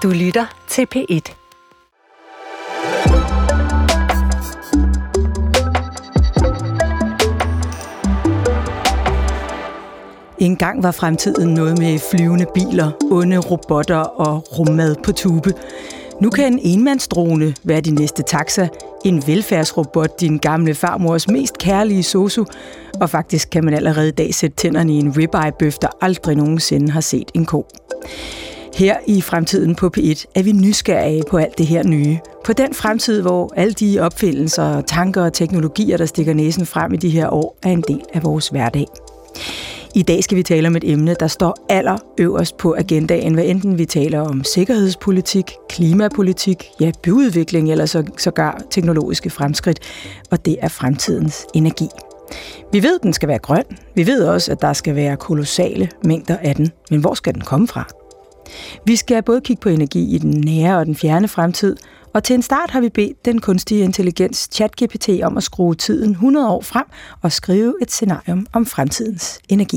Du lytter til P1. Engang var fremtiden noget med flyvende biler, onde robotter og rummad på tube. Nu kan en enmandsdrone være din næste taxa, en velfærdsrobot din gamle farmors mest kærlige sosu, og faktisk kan man allerede i dag sætte tænderne i en ribeye-bøf, der aldrig nogensinde har set en ko. Her i Fremtiden på P1 er vi nysgerrige på alt det her nye. På den fremtid, hvor alle de opfindelser, tanker og teknologier, der stikker næsen frem i de her år, er en del af vores hverdag. I dag skal vi tale om et emne, der står allerøverst på agendaen, hvad enten vi taler om sikkerhedspolitik, klimapolitik, ja, byudvikling eller sågar teknologiske fremskridt, og det er fremtidens energi. Vi ved, at den skal være grøn. Vi ved også, at der skal være kolossale mængder af den. Men hvor skal den komme fra? Vi skal både kigge på energi i den nære og den fjerne fremtid, og til en start har vi bedt den kunstige intelligens ChatGPT om at skrue tiden 100 år frem og skrive et scenarium om fremtidens energi.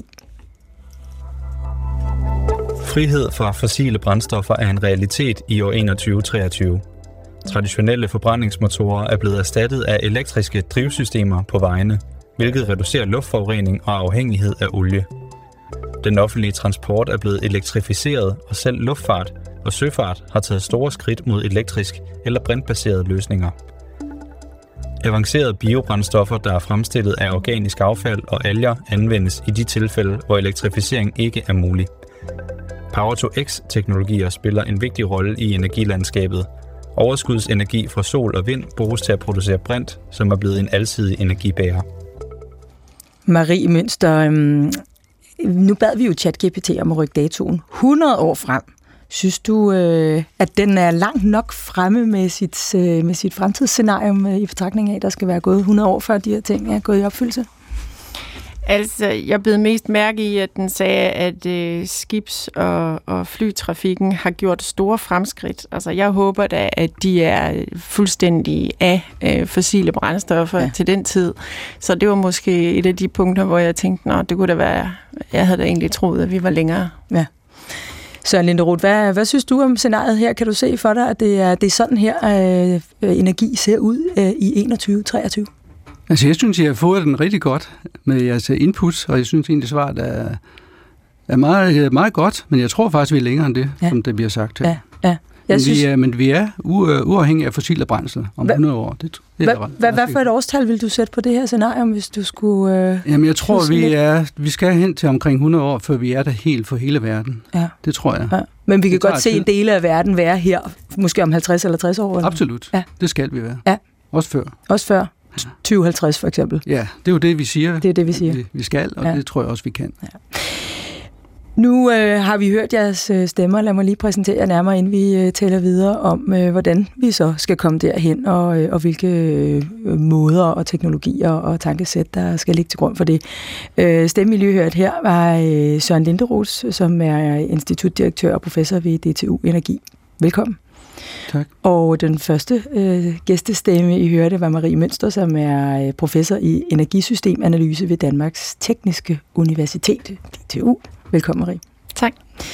Frihed fra fossile brændstoffer er en realitet i år 2023. Traditionelle forbrændingsmotorer er blevet erstattet af elektriske drivsystemer på vejene, hvilket reducerer luftforurening og afhængighed af olie. Den offentlige transport er blevet elektrificeret, og selv luftfart og søfart har taget store skridt mod elektrisk eller brintbaserede løsninger. Avancerede biobrændstoffer, der er fremstillet af organisk affald og alger, anvendes i de tilfælde, hvor elektrificering ikke er mulig. Power-to-X-teknologier spiller en vigtig rolle i energilandskabet. Overskudsenergi fra sol og vind bruges til at producere brint, som er blevet en alsidig energibærer. Marie Mønster, nu bad vi jo ChatGPT om at rykke datoen 100 år frem. Synes du, at den er langt nok fremme med sit fremtidsscenarium i betragtning af, at der skal være gået 100 år før de her ting er gået i opfyldelse? Altså, jeg blev mest mærke i, at den sagde, at skibs- og flytrafikken har gjort store fremskridt. Altså, jeg håber da, at de er fuldstændig af fossile brændstoffer til den tid. Så det var måske et af de punkter, hvor jeg tænkte, det kunne da være, jeg havde da egentlig troet, at vi var længere. Ja. Søren Linderoth, hvad synes du om scenariet her? Kan du se for dig, at det er sådan her, energi ser ud i 2023? Altså, jeg synes, jeg har fået den rigtig godt med jeres input, og jeg synes egentlig, svaret er meget, meget godt, men jeg tror faktisk, vi er længere end det, som det bliver sagt her. Ja. Men vi er uafhængige af fossile brændsler om 100 år. Hvad for et årstal vil du sætte på det her scenario, hvis du skulle... Jamen, jeg tror, vi skal hen til omkring 100 år, før vi er der helt for hele verden. Ja. Det tror jeg. Ja. Men vi kan godt se en del af verden være her, måske om 50 eller 60 år? Eller? Absolut. Ja. Det skal vi være. Ja. Også før. 2050 for eksempel. Ja, det er jo det, vi siger. Det er det, vi siger. Vi skal, og det tror jeg også, vi kan. Ja. Nu har vi hørt jeres stemmer. Lad mig lige præsentere jer nærmere, inden vi taler videre om, hvordan vi så skal komme derhen, og hvilke måder og teknologier og tankesæt, der skal ligge til grund for det. Stemme, I lige hørt her, var Søren Linderoth, som er institutdirektør og professor ved DTU Energi. Velkommen. Tak. Og den første gæstestemme, I hørte, var Marie Mønster, som er professor i energisystemanalyse ved Danmarks Tekniske Universitet, DTU. Velkommen, Marie. Tak.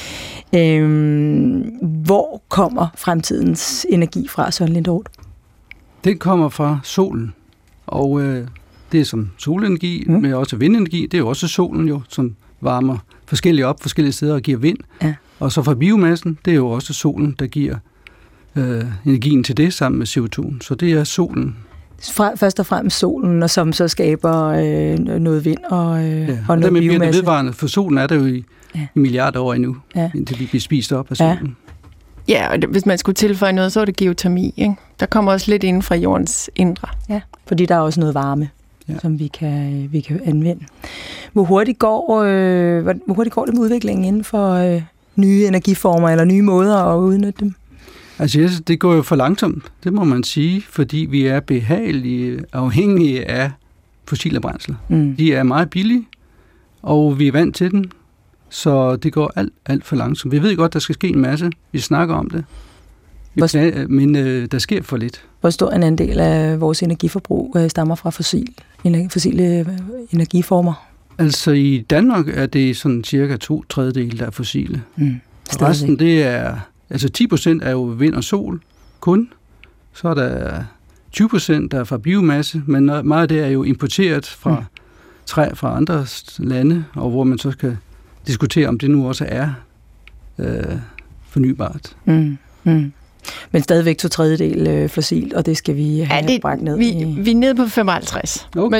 Hvor kommer fremtidens energi fra, Søren Linderoth? Den kommer fra solen, og det er som solenergi, men også vindenergi. Det er jo også solen, jo, som varmer forskellige steder og giver vind. Ja. Og så fra biomassen, det er jo også solen, der giver energien til det sammen med CO2. Så det er solen. Først og fremmest solen, og som så skaber noget vind og noget biomasse. Det vedvarende, for solen er der jo i milliarder år endnu, indtil vi bliver spist op af solen. Ja, og hvis man skulle tilføje noget, så er det geotermi. Ikke? Der kommer også lidt inden fra jordens indre. Ja, fordi der er også noget varme, som vi kan anvende. Hvor hurtigt går det med udviklingen inden for nye energiformer eller nye måder at udnytte dem? Altså, det går jo for langsomt, det må man sige, fordi vi er behagelige, afhængige af fossile brændsler. De er meget billige, og vi er vant til den, så det går alt for langsomt. Vi ved godt, der skal ske en masse. Vi snakker om det, men der sker for lidt. Hvor stor en andel af vores energiforbrug stammer fra fossile energiformer? Altså, i Danmark er det sådan cirka 2/3, der er fossile. Resten, det er Altså 10% er jo vind og sol kun. Så er der 20%, der er fra biomasse, men meget af det er jo importeret fra træ fra andre lande, og hvor man så kan diskutere, om det nu også er fornybart. Men stadigvæk 2/3 fossilt, og det skal vi have bragt ned. Vi er nede på 55, okay.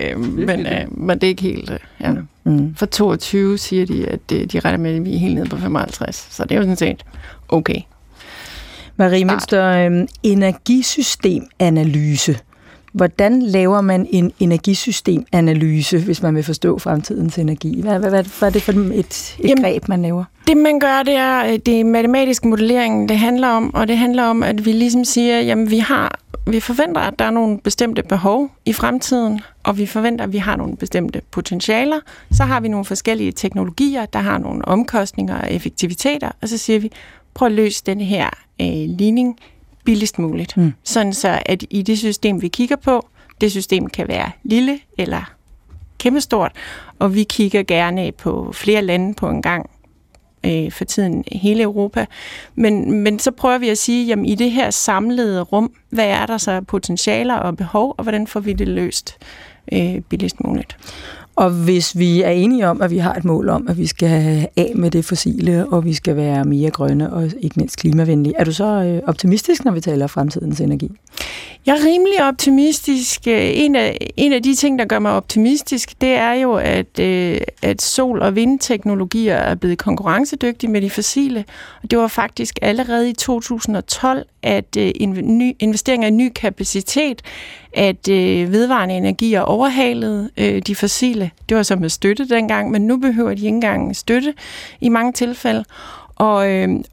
Men det er ikke helt... Ja. For 22 siger de, at de regner med, at vi er helt nede på 55, så det er jo sådan set okay. Marie Mønster, energisystemanalyse. Hvordan laver man en energisystemanalyse, hvis man vil forstå fremtidens energi? Hvad er det for et greb, man laver? Det man gør, det er matematisk modellering, det handler om, og det handler om, at vi ligesom siger, jamen vi forventer, at der er nogle bestemte behov i fremtiden, og vi forventer, at vi har nogle bestemte potentialer. Så har vi nogle forskellige teknologier, der har nogle omkostninger og effektiviteter, og så siger vi, prøv at løse den her ligning billigst muligt. Sådan så, at i det system, vi kigger på, det system kan være lille eller kæmpestort, og vi kigger gerne på flere lande på en gang, for tiden hele Europa. Men så prøver vi at sige, jamen i det her samlede rum, hvad er der så potentialer og behov, og hvordan får vi det løst billigst muligt? Og hvis vi er enige om, at vi har et mål om, at vi skal af med det fossile, og vi skal være mere grønne og ikke mindst klimavenlige, er du så optimistisk, når vi taler fremtidens energi? Jeg er rimelig optimistisk. En af de ting, der gør mig optimistisk, det er jo, at sol- og vindteknologier er blevet konkurrencedygtige med de fossile. Og det var faktisk allerede i 2012, at investeringer i ny kapacitet, at vedvarende energier overhalede de fossile. Det var så med støtte dengang, men nu behøver de ikke engang støtte i mange tilfælde. Og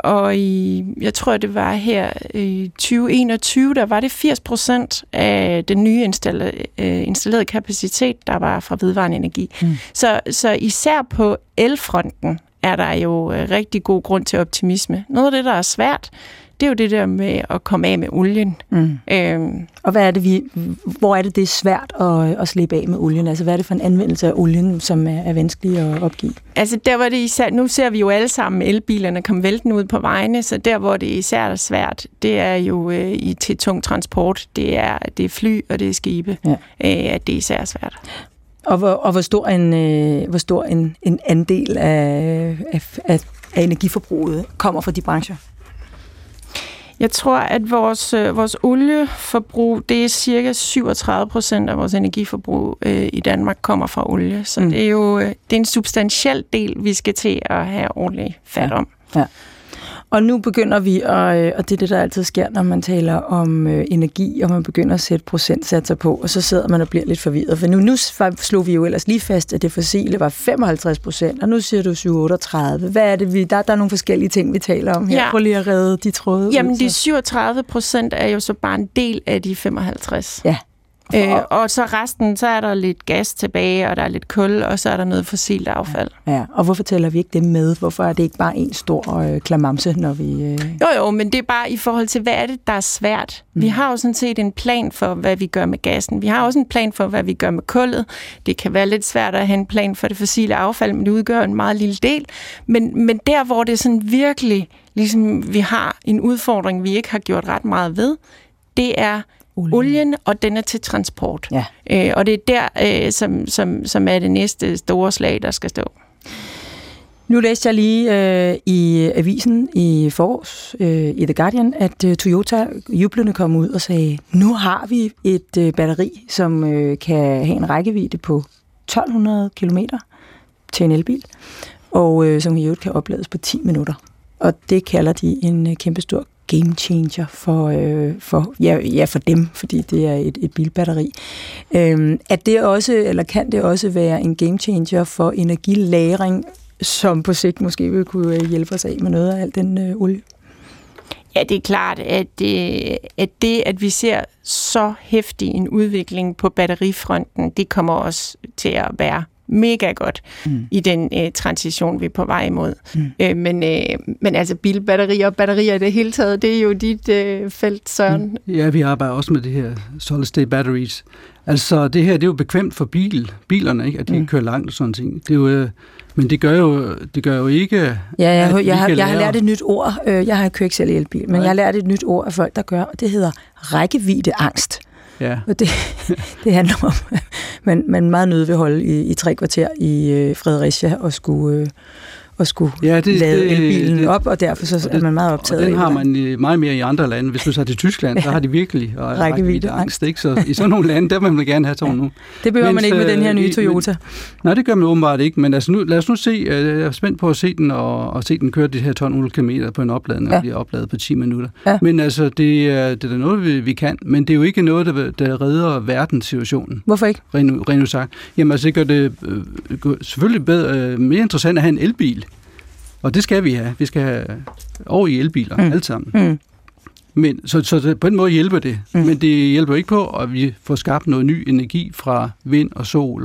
jeg tror, det var her i 2021, der var det 80% af den nye installerede kapacitet, der var fra vedvarende energi. Så især på elfronten er der jo rigtig god grund til optimisme. Noget af det, der er svært, det er jo det der med at komme af med olien. Og hvad er det, hvor er det er svært at slippe af med olien? Altså, hvad er det for en anvendelse af olien, som er vanskelig at opgive? Altså, der var det især, nu ser vi jo alle sammen elbilerne komme væltende ud på vejene, så der, hvor det især er svært, det er jo til tung transport. Det er fly, og det er skibe, at det især er svært. Og hvor stor en andel af energiforbruget kommer fra de brancher? Jeg tror, at vores olieforbrug, det er cirka 37% af vores energiforbrug i Danmark kommer fra olie. Så det er jo det er en substantiel del, vi skal til at have ordentligt fat om. Ja. Og nu begynder vi, og det er det, der altid sker, når man taler om energi, og man begynder at sætte procentsatser på, og så sidder man og bliver lidt forvirret. For nu slog vi jo ellers lige fast, at det fossile var 55%, og nu siger du 37. Hvad er det, der er nogle forskellige ting, vi taler om her? Prøv lige at redde de tråde ud. Jamen, de 37% er jo så bare en del af de 55. Ja. Og så resten, så er der lidt gas tilbage, og der er lidt kul, og så er der noget fossilt affald. Ja, og hvorfor tæller vi ikke det med? Hvorfor er det ikke bare en stor klamamse, når vi... Jo, men det er bare i forhold til, hvad er det, der er svært? Vi har jo sådan set en plan for, hvad vi gør med gassen. Vi har også en plan for, hvad vi gør med kullet. Det kan være lidt svært at have en plan for det fossile affald, men det udgør en meget lille del. Men der, hvor det sådan virkelig, ligesom vi har en udfordring, vi ikke har gjort ret meget ved, det er olien, og den er til transport. Ja. Og det er der, som er det næste store slag, der skal stå. Nu læste jeg lige i avisen i forgårs, i The Guardian, at Toyota jublende kom ud og sagde, nu har vi et batteri, som kan have en rækkevidde på 1200 kilometer til en elbil, og som i øvrigt kan oplades på 10 minutter. Og det kalder de en kæmpestor game changer for dem, fordi det er et bilbatteri. At det også, eller kan det også være en game changer for energilagring, som på sigt måske vil kunne hjælpe os af med noget af al den olie? Ja, det er klart, at vi ser så heftig en udvikling på batterifronten, det kommer også til at være mega godt i den transition, vi er på vej imod. Men altså bilbatterier og batterier i det hele taget, det er jo dit felt, Søren. Ja, vi arbejder også med det her solid state batteries. Altså det her, det er jo bekvemt for bilerne, ikke? At de kører langt og sådan ting. Det er jo Men det gør jo ikke... Ja, jeg har lært et nyt ord. Jeg har kørt ikke selv i elbil, men jeg har lært et nyt ord af folk, der gør, og det hedder rækkeviddeangst. Ja. Og det handler om, at man meget nødt vil holde i 3 kvarter i Fredericia og skulle lade elbilen op, og derfor så er man meget optaget af. Den har man meget mere i andre lande. Hvis du så til Tyskland, så har de virkelig rækkeviddeangst. Ikke? Så i sådan nogle lande, der vil man gerne have sådan nu. Det behøver man ikke med den her nye Toyota. Nej, det gør man åbenbart ikke, men altså lad os nu se, jeg er spændt på at se den, og se den køre de her 1200 km på en opladning, og bliver opladet på 10 minutter. Ja. Men altså, det er noget, vi kan, men det er jo ikke noget, der redder verdenssituationen. Hvorfor ikke? Rent sagt. Jamen altså, det gør det selvfølgelig mere interessant at have en elbil. Og det skal vi have. Vi skal have over i elbiler, alt sammen. Men, så på en måde hjælper det. Men det hjælper ikke på, at vi får skabt noget ny energi fra vind og sol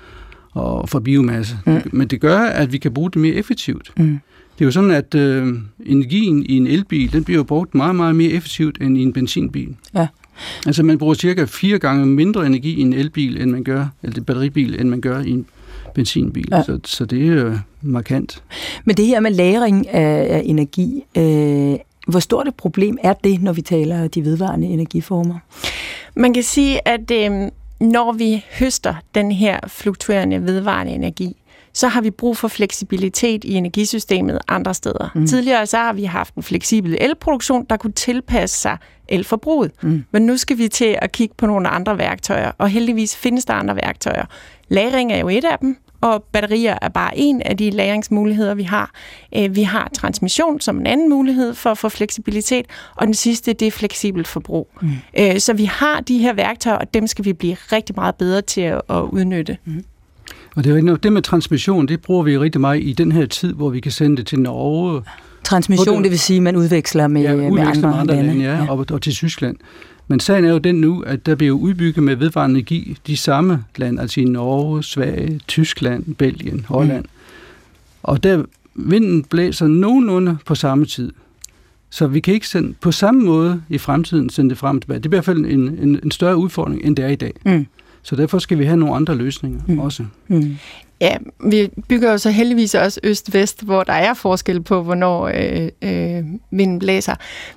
og fra biomasse. Men det gør, at vi kan bruge det mere effektivt. Det er jo sådan, at energien i en elbil, den bliver jo brugt meget, meget mere effektivt end i en benzinbil. Ja. Altså man bruger cirka 4 gange mindre energi i en elbil, end man gør, eller en batteribil, end man gør i en benzinbil. Ja. Så det er jo markant. Men det her med lagring af energi, hvor stort et problem er det, når vi taler de vedvarende energiformer? Man kan sige, at når vi høster den her fluktuerende vedvarende energi, så har vi brug for fleksibilitet i energisystemet andre steder. Tidligere så har vi haft en fleksibel elproduktion, der kunne tilpasse sig elforbruget. Men nu skal vi til at kigge på nogle andre værktøjer, og heldigvis findes der andre værktøjer. Lagring er jo et af dem, og batterier er bare en af de lagringsmuligheder, vi har. Vi har transmission som en anden mulighed for at få fleksibilitet, og den sidste, det er fleksibelt forbrug. Så vi har de her værktøjer, og dem skal vi blive rigtig meget bedre til at udnytte. Og det med transmission, det bruger vi rigtig meget i den her tid, hvor vi kan sende det til Norge. Transmission, det vil sige, at man udveksler med andre lande. Ja. Og til Tyskland. Men sagen er jo den nu, at der bliver udbygget med vedvarende energi de samme lande, altså i Norge, Sverige, Tyskland, Belgien, Holland. Og der vinden blæser nogenlunde på samme tid. Så vi kan ikke på samme måde i fremtiden sende det frem og tilbage. Det er i hvert fald en større udfordring, end det er i dag. Så derfor skal vi have nogle andre løsninger også. Ja, vi bygger jo så heldigvis også øst-vest, hvor der er forskel på, hvornår vinden blæser.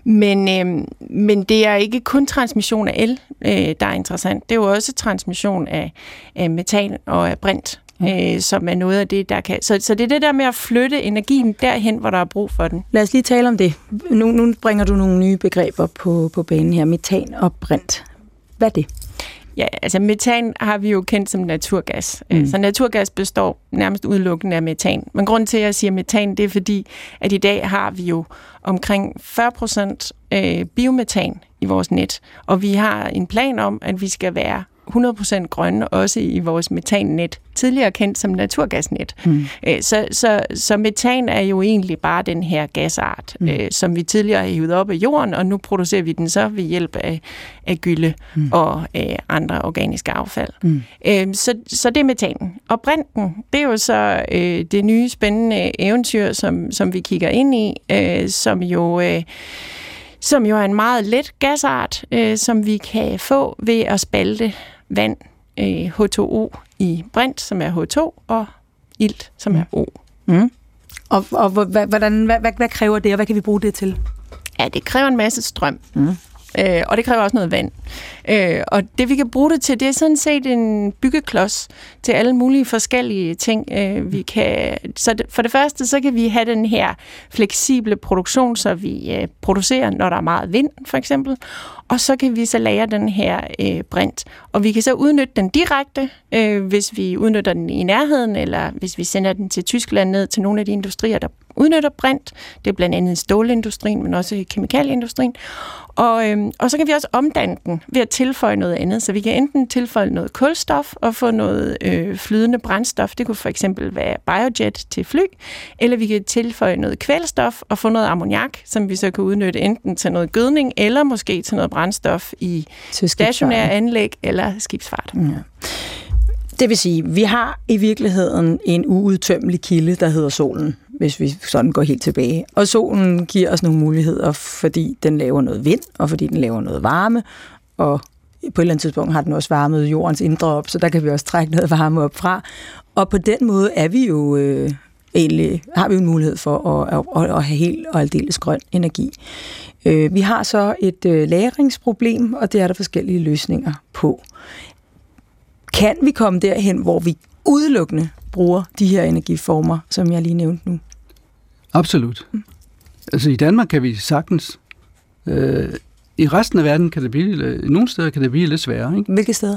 Men det er ikke kun transmission af el, der er interessant. Det er jo også transmission af metan og af brint, som er noget af det, der kan... Så det er det der med at flytte energien derhen, hvor der er brug for den. Lad os lige tale om det. Nu bringer du nogle nye begreber på banen her. Metan og brint. Hvad er det? Ja, altså metan har vi jo kendt som naturgas. Så naturgas består nærmest udelukkende af metan. Men grunden til, at jeg siger metan, det er fordi, at i dag har vi jo omkring 40% biometan i vores net. Og vi har en plan om, at vi skal være 100% grønne, også i vores metannet, tidligere kendt som naturgasnet. Så metan er jo egentlig bare den her gasart, som vi tidligere har hivet op af jorden, og nu producerer vi den så ved hjælp af gylle og andre organiske affald. Så det er metanen. Og brinten, det er jo så det nye spændende eventyr, som vi kigger ind i, som jo er en meget let gasart, som vi kan få ved at spalte vand, H2O i brint, som er H2, og ilt, som er O. Og hvad kræver det, og hvad kan vi bruge det til? Ja, det kræver en masse strøm. Og det kræver også noget vand. Og det, vi kan bruge det til, det er sådan set en byggeklods til alle mulige forskellige ting. For det første, så kan vi have den her fleksible produktion, så vi producerer, når der er meget vind, for eksempel. Og så kan vi så lagre den her brint. Og vi kan så udnytte den direkte, hvis vi udnytter den i nærheden, eller hvis vi sender den til Tyskland ned til nogle af de industrier, der udnytter brint. Det er blandt andet stålindustrien, men også kemikalieindustrien. Og så kan vi også omdanne den ved at tilføje noget andet. Så vi kan enten tilføje noget kulstof og få noget flydende brændstof. Det kunne for eksempel være biojet til fly. Eller vi kan tilføje noget kvælstof og få noget ammoniak, som vi så kan udnytte enten til noget gødning, eller måske til noget brændstof i stationære anlæg eller skibsfart. Ja. Det vil sige, vi har i virkeligheden en uudtømmelig kilde, der hedder solen, hvis vi sådan går helt tilbage. Og solen giver os nogle muligheder, fordi den laver noget vind, og fordi den laver noget varme, og på et eller andet tidspunkt har den også varmet jordens indre op, så der kan vi også trække noget varme op fra. Og på den måde er vi jo egentlig, har vi jo en mulighed for at have helt og aldeles grøn energi. Vi har så et lagringsproblem, og det er der forskellige løsninger på. Kan vi komme derhen, hvor vi udelukkende bruger de her energiformer, som jeg lige nævnte nu? Absolut. Altså i Danmark kan vi sagtens. I resten af verden kan det blive, nogle steder kan det blive lidt sværere. Ikke? Hvilke steder?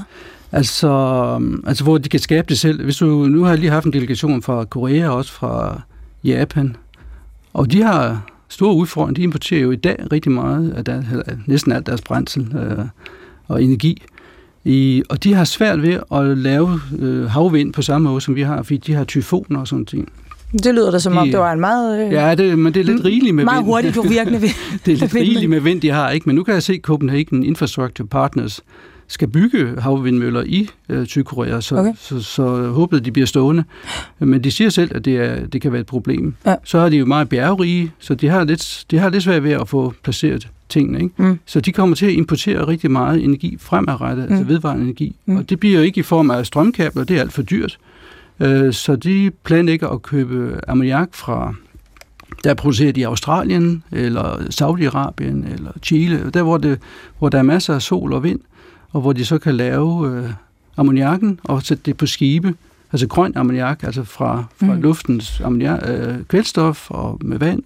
Altså hvor de kan skabe det selv. Hvis du nu har lige haft en delegation fra Korea, også fra Japan, og de har store udfordringer. De importerer jo i dag rigtig meget af næsten alt deres brændsel og energi. Og de har svært ved at lave havvind på samme måde, som vi har, fordi de har tyfoner og sådan ting. Det lyder da som om, det var en meget... men det er lidt rigeligt med meget vind. Meget hurtigt virkende vind. Det er lidt rigeligt med vind, de har, ikke? Men nu kan jeg se, at Copenhagen Infrastructure Partners skal bygge havvindmøller i Sydkorea, så håber de bliver stående. Men de siger selv, at det kan være et problem. Ja. Så er de jo meget bjergrige, så de har lidt svært ved at få placeret tingene. Ikke? Så de kommer til at importere rigtig meget energi fremadrettet, altså vedvarende energi. Og det bliver jo ikke i form af strømkabler, det er alt for dyrt. Så de planlægger at købe ammoniak fra, der er produceret i Australien, eller Saudi-Arabien, eller Chile, der hvor der er masser af sol og vind, og hvor de så kan lave ammoniakken og sætte det på skibe, altså grøn ammoniak, altså fra luftens kvælstof og med vand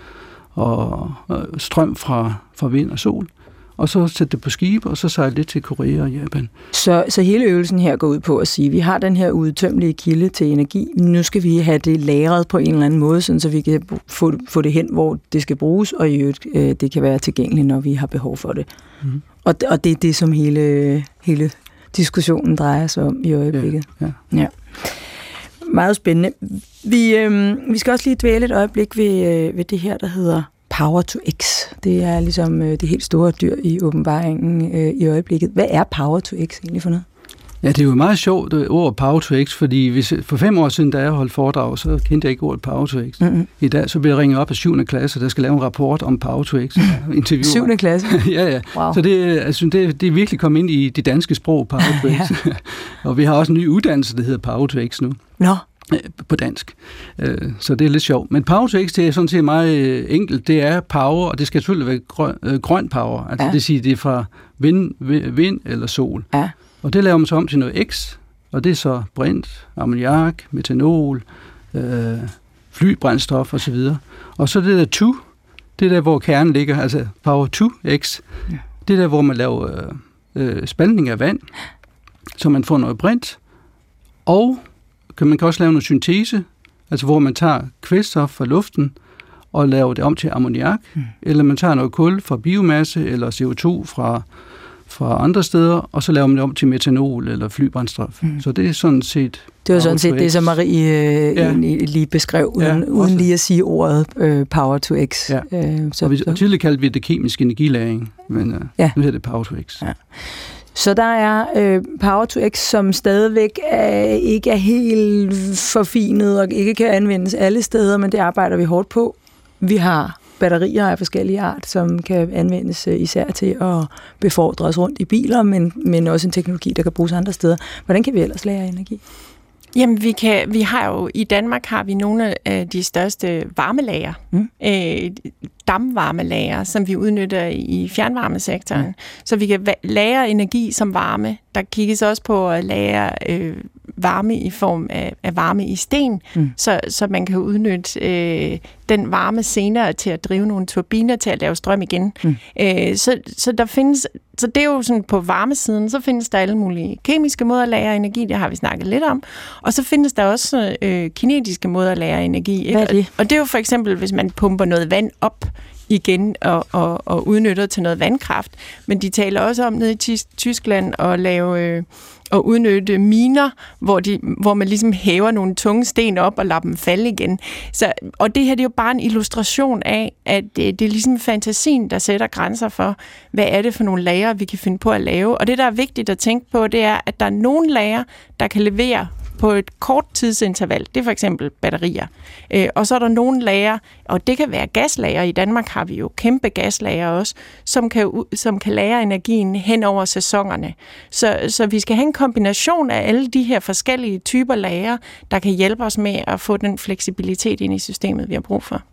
og strøm fra vind og sol, og så sætte det på skibe, og så sejle det til Korea og Japan. Så hele øvelsen her går ud på at sige, at vi har den her udtømmelige kilde til energi, nu skal vi have det lagret på en eller anden måde, så vi kan få det hen, hvor det skal bruges, og i øvrigt det kan være tilgængeligt, når vi har behov for det. Og det er det, som hele diskussionen drejer sig om i øjeblikket. Ja. Meget spændende. Vi skal også lige dvæle et øjeblik ved det her, der hedder Power to X. Det er ligesom det helt store dyr i åbenbaringen i øjeblikket. Hvad er Power to X egentlig for noget? Ja, det er jo meget sjovt ord Power to X, fordi for 5 år siden, da jeg holdt foredrag, så kendte jeg ikke ordet Power to X. I dag så bliver jeg ringet op af 7. klasse, der skal lave en rapport om Power to X. 7. klasse? Ja. Wow. Så det er virkelig kommet ind i det danske sprog, Power to X. Og vi har også en ny uddannelse, der hedder Power to X nu. Nå. På dansk. Så det er lidt sjovt. Men Power to X, det er sådan set meget enkelt. Det er power, og det skal selvfølgelig være grøn power. Altså det vil sige, det er fra vind eller sol. Ja. Og det laver man så om til noget X, og det er så brint, ammoniak, metanol, flybrændstof osv. Og så det der to, det er der, hvor kernen ligger, altså Power to X. Ja. Det er der, hvor man laver spaltning af vand, så man får noget brint, og man kan også lave noget syntese, altså hvor man tager kvælstof fra luften og laver det om til ammoniak, eller man tager noget kul fra biomasse eller CO2 fra andre steder, og så laver man det om til metanol eller flybrændstof. Så det er sådan set... Det var sådan set det, som Marie lige beskrev, uden lige at sige ordet Power to X. Ja. Og tidligere kaldte vi det kemisk energilagring, men nu hedder det Power to X. Ja. Så der er Power to X, som stadigvæk ikke er helt forfinet og ikke kan anvendes alle steder, men det arbejder vi hårdt på. Vi har batterier af forskellige art, som kan anvendes især til at befordre os rundt i biler, men også en teknologi, der kan bruges andre steder. Hvordan kan vi ellers lagre energi? Jamen, vi har jo i Danmark har vi nogle af de største varmelager, dampvarmelager, som vi udnytter i fjernvarmesektoren. Så vi kan lagre energi som varme. Der kigges også på at lagre varme i form af varme i sten, så man kan udnytte den varme senere til at drive nogle turbiner til at lave strøm igen. Så der findes, så det er jo sådan på varmesiden, så findes der alle mulige kemiske måder at lagre energi, det har vi snakket lidt om, og så findes der også kinetiske måder at lagre energi. Ikke? Hvad er det? Og det er jo for eksempel, hvis man pumper noget vand op igen og udnytter til noget vandkraft, men de taler også om nede i Tyskland at lave og udnytte miner, hvor man ligesom hæver nogle tunge sten op og lader dem falde igen. Og det her det er jo bare en illustration af, at det er ligesom fantasien, der sætter grænser for, hvad er det for nogle lagre, vi kan finde på at lave. Og det, der er vigtigt at tænke på, det er, at der er nogle lagre, der kan levere på et kort tidsinterval. Det er for eksempel batterier. Og så er der nogle lager, og det kan være gaslager. I Danmark har vi jo kæmpe gaslager også, som kan lagre energien hen over sæsonerne. Så vi skal have en kombination af alle de her forskellige typer lager, der kan hjælpe os med at få den fleksibilitet ind i systemet, vi har brug for.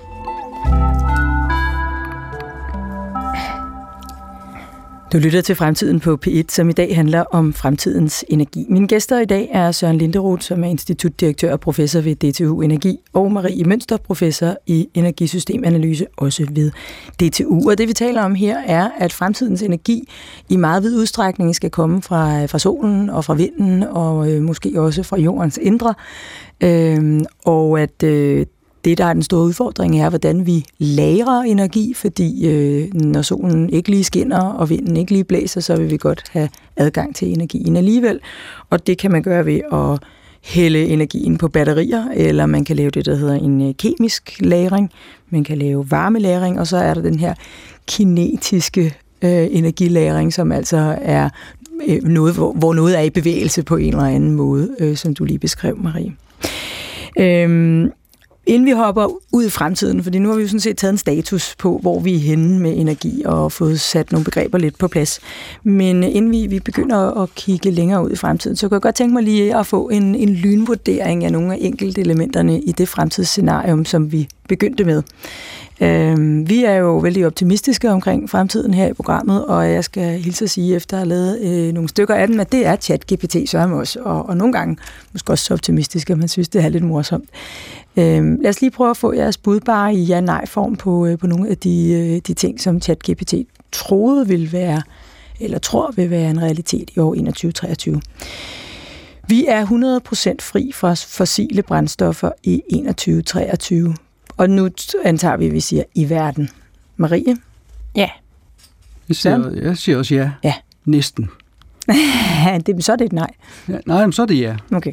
Du lytter til Fremtiden på P1, som i dag handler om fremtidens energi. Mine gæster i dag er Søren Linderoth, som er institutdirektør og professor ved DTU Energi, og Marie Mønster, professor i energisystemanalyse, også ved DTU. Og det vi taler om her er, at fremtidens energi i meget vid udstrækning skal komme fra solen og fra vinden, og måske også fra jordens indre. Og at det, der er den store udfordring, er, hvordan vi lagrer energi, fordi når solen ikke lige skinner, og vinden ikke lige blæser, så vil vi godt have adgang til energien alligevel. Og det kan man gøre ved at hælde energien på batterier, eller man kan lave det, der hedder en kemisk lagring. Man kan lave varmelagring, og så er der den her kinetiske energilagring, som altså er noget, hvor noget er i bevægelse på en eller anden måde, som du lige beskrev, Marie. Inden vi hopper ud i fremtiden, fordi nu har vi jo sådan set taget en status på, hvor vi er henne med energi og fået sat nogle begreber lidt på plads. Men inden vi begynder at kigge længere ud i fremtiden, så kan jeg godt tænke mig lige at få en lynvurdering af nogle af enkelte elementerne i det fremtidsscenarium, som vi begyndte med. Vi er jo vældig optimistiske omkring fremtiden her i programmet, og jeg skal hilse at sige, efter at have lavet nogle stykker af dem, at det er ChatGPT sørme også, og nogle gange måske også så optimistiske, at man synes, det er lidt morsomt. Lad os lige prøve at få jeres bud bare i ja-nej-form på nogle af de ting, som ChatGPT troede ville være, eller tror vil være en realitet i år 2023. Vi er 100% fri fra fossile brændstoffer i 2023. Og nu antager vi siger i verden. Marie? Ja. Jeg siger også ja. Ja. Næsten. Så er det et nej. Ja, nej, så er det ja. Okay.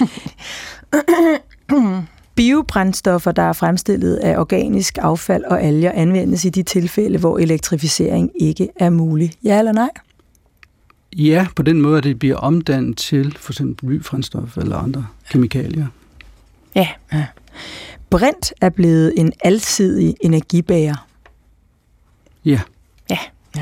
Biobrændstoffer, der er fremstillet af organisk affald og alger, anvendes i de tilfælde, hvor elektrificering ikke er mulig. Ja eller nej? Ja, på den måde, at det bliver omdannet til for eksempel blybrændstof eller andre kemikalier. Ja. Brint er blevet en alsidig energibærer. Ja. Ja.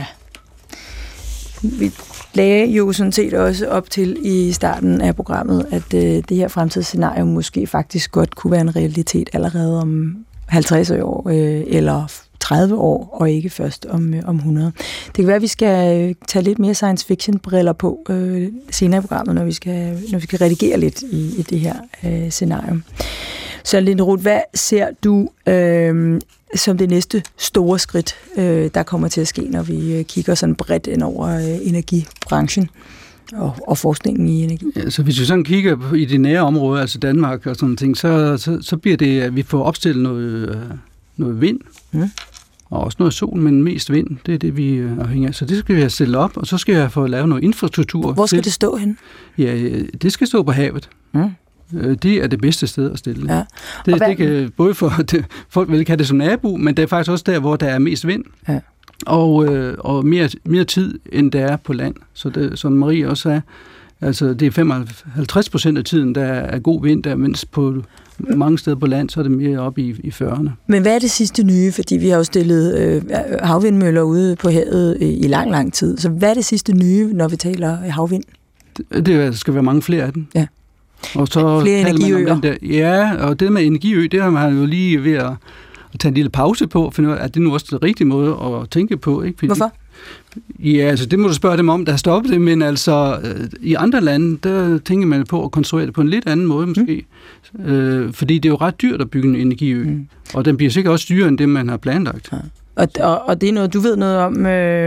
Vi lagde jo sådan set også op til i starten af programmet, at det her fremtidsscenario måske faktisk godt kunne være en realitet allerede om 50 år eller 30 år, og ikke først om 100. Det kan være, at vi skal tage lidt mere science fiction briller på senere i programmet, når vi skal redigere lidt i det her scenario. Så Linderoth, hvad ser du som det næste store skridt, der kommer til at ske, når vi kigger sådan bredt ind over energibranchen og forskningen i energi? Ja, så hvis vi sådan kigger i de nære områder, altså Danmark og sådan ting, så bliver det, at vi får opstillet noget vind, og også noget sol, men mest vind. Det er det, vi er afhængige af. Så det skal vi have stillet op, og så skal jeg få lavet noget infrastruktur. Hvor skal det stå hen? Ja, det skal stå på havet. Det er det bedste sted at stille. Ja. Det kan både for folk vil ikke have det som nabo, men det er faktisk også der, hvor der er mest vind. Ja. Og mere tid, end der er på land. Så det, som Marie også sagde, altså det er 55% af tiden, der er god vind, der, mens på mange steder på land, så er det mere oppe i 40'erne. Men hvad er det sidste nye? Fordi vi har jo stillet havvindmøller ude på havet i lang tid. Så hvad er det sidste nye, når vi taler havvind? Det skal være mange flere af dem. Ja. Og så flere energiøer. Ja, og det med energiø, det har man jo lige ved at tage en lille pause på, for er det nu også den rigtige måde at tænke på. Ikke? Fordi, hvorfor? Ja, altså det må du spørge dem om, der har stoppet det, men altså i andre lande, der tænker man på at konstruere det på en lidt anden måde måske. Fordi det er jo ret dyrt at bygge en energiø, og den bliver sikkert også dyrere end det, man har planlagt. Ja. Og det er noget, du ved noget om,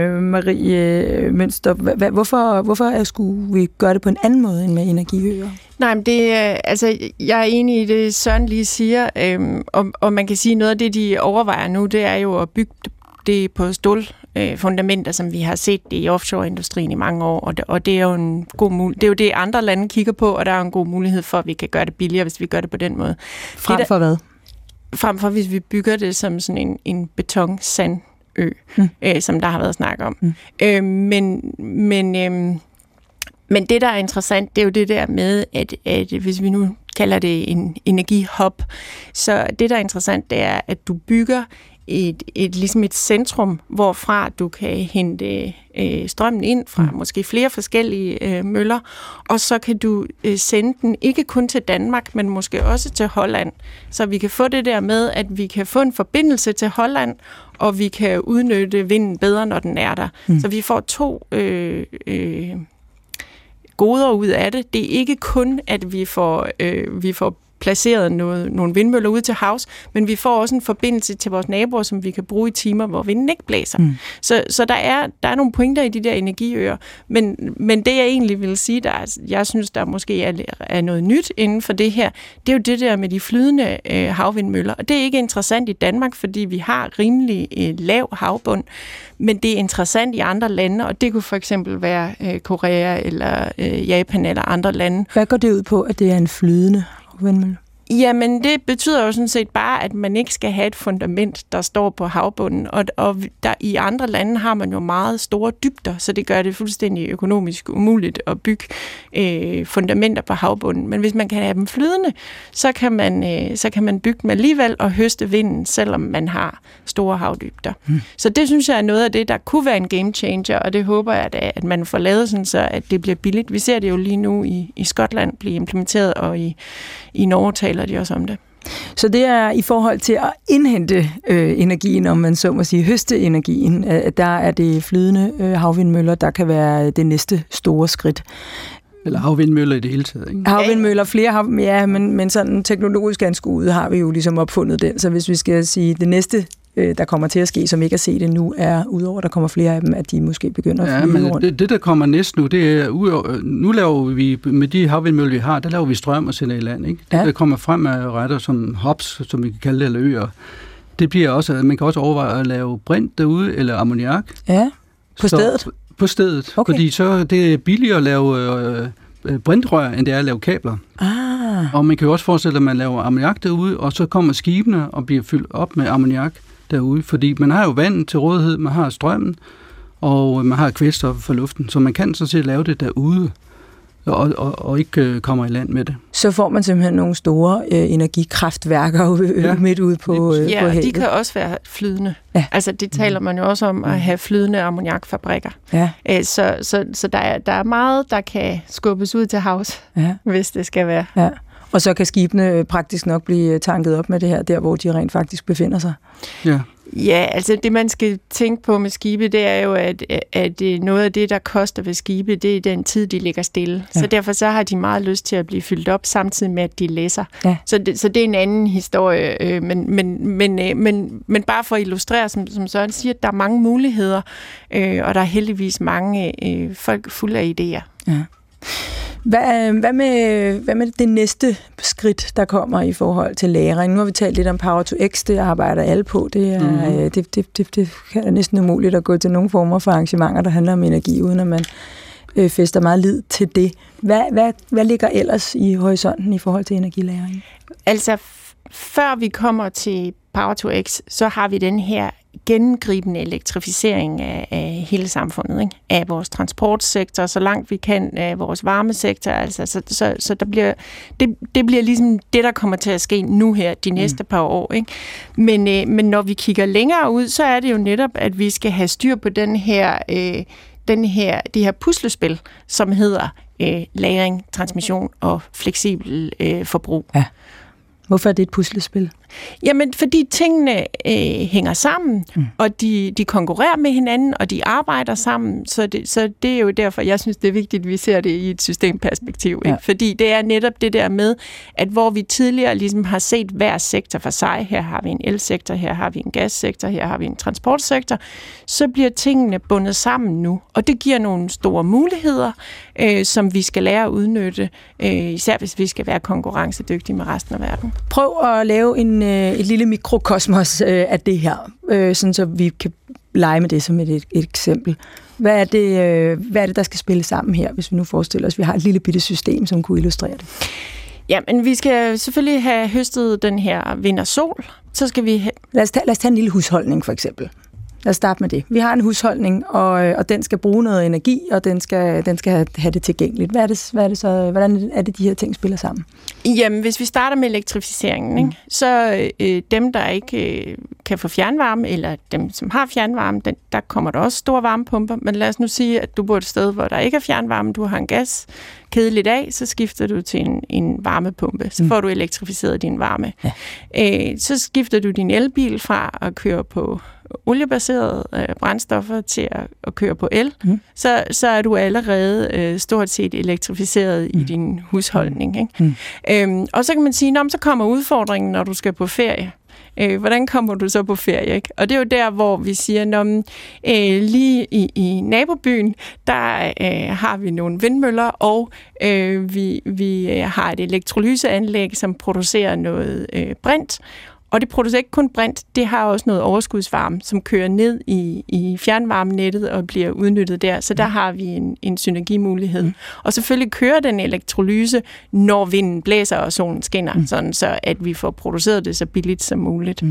Marie Mønster. Hvorfor skulle vi gøre det på en anden måde end med energiøer? Nej, men jeg er enig i det, Søren lige siger, og man kan sige, noget af det, de overvejer nu, det er jo at bygge det på stålfundamenter, som vi har set det i offshoreindustrien i mange år, og det er jo en god mulighed. Det er jo det, andre lande kigger på, og der er en god mulighed for, at vi kan gøre det billigere, hvis vi gør det på den måde. Frem for hvad? Frem for, hvis vi bygger det som sådan en betonsandø, som der har været snak om. Men det, der er interessant, det er jo det der med, at hvis vi nu kalder det en energihub, så det, der er interessant, det er, at du bygger ligesom et centrum, hvorfra du kan hente strømmen ind fra måske flere forskellige møller, og så kan du sende den ikke kun til Danmark, men måske også til Holland. Så vi kan få det der med, at vi kan få en forbindelse til Holland, og vi kan udnytte vinden bedre, når den er der. Så vi får 2 goder ud af det. Det er ikke kun, at vi får placeret nogle vindmøller ude til havs, men vi får også en forbindelse til vores naboer, som vi kan bruge i timer, hvor vinden ikke blæser. Så der er nogle pointer i de der energiøer, men det jeg egentlig vil sige, jeg synes, der måske er noget nyt inden for det her, det er jo det der med de flydende havvindmøller, og det er ikke interessant i Danmark, fordi vi har rimelig lav havbund, men det er interessant i andre lande, og det kunne for eksempel være Korea eller Japan eller andre lande. Hvad går det ud på, at det er en flydende vindmølle? Jamen, det betyder jo sådan set bare, at man ikke skal have et fundament, der står på havbunden. Og der, i andre lande har man jo meget store dybder, så det gør det fuldstændig økonomisk umuligt at bygge fundamenter på havbunden. Men hvis man kan have dem flydende, så kan man bygge dem alligevel og høste vinden, selvom man har store havdybder. Så det synes jeg er noget af det, der kunne være en game changer, og det håber jeg, at man får lavet sådan, så at det bliver billigt. Vi ser det jo lige nu i Skotland blive implementeret, og i Norge taler de også om det. Så det er i forhold til at indhente energien, om man så må sige, høste energien, der er det flydende havvindmøller, der kan være det næste store skridt. Eller havvindmøller i det hele taget, ikke? Havvindmøller, flere men sådan teknologisk anskuet har vi jo ligesom opfundet den, så hvis vi skal sige det næste, der kommer til at ske, som ikke er set endnu, er udover, der kommer flere af dem, at de måske begynder at flyve rundt. Det, der kommer næste nu, det er, nu laver vi, med de havvindmøller, vi har, der laver vi strøm og sender i land, ikke? Det, der kommer frem af retter som hubs, som vi kan kalde det, eller øer, det bliver også, man kan også overveje at lave brint derude, eller ammoniak. Ja, på stedet? På stedet, okay. Fordi så det er billigere at lave brintrør, end det er at lave kabler. Og man kan jo også forestille, at man laver ammoniak derude, og så kommer skibene og bliver fyldt op med ammoniak derude, fordi man har jo vand til rådighed, man har strømmen, og man har kvælstof for luften, så man kan sådan set lave det derude, og ikke kommer i land med det. Så får man simpelthen nogle store energikraftværker midt ude på havet. De kan også være flydende. Ja. Altså det taler man jo også om, at have flydende ammoniakfabrikker. Ja. Så der er meget, der kan skubbes ud til havs, hvis det skal være. Ja. Og så kan skibene praktisk nok blive tanket op med det her, der hvor de rent faktisk befinder sig. Ja, altså det man skal tænke på med skibe, det er jo, at noget af det, der koster ved skibe, det er den tid, de ligger stille. Ja. Så derfor så har de meget lyst til at blive fyldt op, samtidig med, at de læsser. Ja. Så det er en anden historie, men bare for at illustrere, som Søren siger, at der er mange muligheder, og der er heldigvis mange folk fulde af idéer. Ja. Hvad med det næste skridt, der kommer i forhold til lagring? Nu har vi talt lidt om Power to X, det arbejder alle på. Det er, det kan være næsten umuligt at gå til nogle former for arrangementer, der handler om energi, uden at man fæster meget lid til det. Hvad ligger ellers i horisonten i forhold til energilagring? Altså, før vi kommer til Power to X, så har vi den her gennemgribende elektrificering af hele samfundet, ikke? Af vores transportsektor, så langt vi kan, af vores varmesektor, altså, så der bliver, det bliver ligesom det, der kommer til at ske nu her, de næste par år, ikke? Men når vi kigger længere ud, så er det jo netop, at vi skal have styr på det her puslespil, som hedder lagring, transmission og fleksibel forbrug. Ja. Hvorfor er det et puslespil? Jamen, fordi tingene hænger sammen, og de konkurrerer med hinanden, og de arbejder sammen. Så det er jo derfor, jeg synes, det er vigtigt, at vi ser det i et systemperspektiv. Ikke? Fordi det er netop det der med, at hvor vi tidligere ligesom har set hver sektor for sig, her har vi en elsektor, her har vi en gassektor, her har vi en transportsektor, så bliver tingene bundet sammen nu. Og det giver nogle store muligheder, som vi skal lære at udnytte, især hvis vi skal være konkurrencedygtige med resten af verden. Prøv at lave et lille mikrokosmos af det her, sådan så vi kan lege med det som et eksempel. Hvad er det, der skal spille sammen her, hvis vi nu forestiller os, at vi har et lille bitte system, som kunne illustrere det? Ja, men vi skal selvfølgelig have høstet den her vind og sol. Så skal vi lad os tage en lille husholdning, for eksempel. Lad os starte med det. Vi har en husholdning, og den skal bruge noget energi, og den skal have det tilgængeligt. Hvordan er det, de her ting spiller sammen? Jamen, hvis vi starter med elektrificeringen, ikke? Så dem, der ikke kan få fjernvarme, eller dem, som har fjernvarme, der kommer der også store varmepumper. Men lad os nu sige, at du bor et sted, hvor der ikke er fjernvarme, du har en gas kedeligt af, så skifter du til en varmepumpe. Så får du elektrificeret din varme. Ja. Så skifter du din elbil fra at køre på oliebaserede brændstoffer til at køre på el, så er du allerede stort set elektrificeret i din husholdning. Ikke? Og så kan man sige, så kommer udfordringen, når du skal på ferie. Hvordan kommer du så på ferie? Ikke? Og det er jo der, hvor vi siger, lige i nabobyen, der har vi nogle vindmøller, og vi har et elektrolyseanlæg, som producerer noget brint. Og det producerer ikke kun brint, det har også noget overskudsvarme, som kører ned i fjernvarmenettet og bliver udnyttet der. Så der har vi en synergimulighed. Og selvfølgelig kører den elektrolyse, når vinden blæser og solen skinner, sådan så at vi får produceret det så billigt som muligt.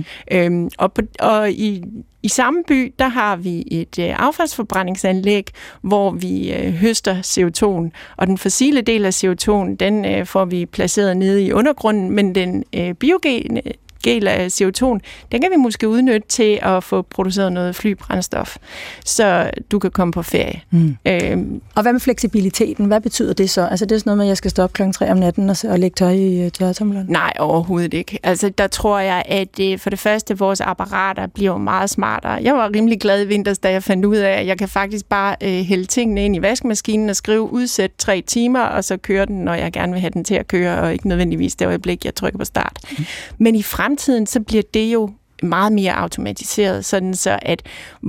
Og i samme by, der har vi et affaldsforbrændingsanlæg, hvor vi høster CO2'en. Og den fossile del af CO2'en, den får vi placeret nede i undergrunden, men den biogene del af CO2'en, den kan vi måske udnytte til at få produceret noget flybrændstof, så du kan komme på ferie. Og hvad med fleksibiliteten? Hvad betyder det så? Altså det er sådan noget med, at jeg skal stoppe klokken 3 om natten og lægge tøj i tørretumbleren? Nej, overhovedet ikke. Altså der tror jeg, at for det første, vores apparater bliver meget smartere. Jeg var rimelig glad i vinters, da jeg fandt ud af, at jeg kan faktisk bare hælde tingene ind i vaskemaskinen og skrive udsæt 3 timer, og så køre den, når jeg gerne vil have den til at køre, og ikke nødvendigvis det øjeblik, jeg trykker på start. Men i fremtiden, så bliver det jo meget mere automatiseret, sådan så at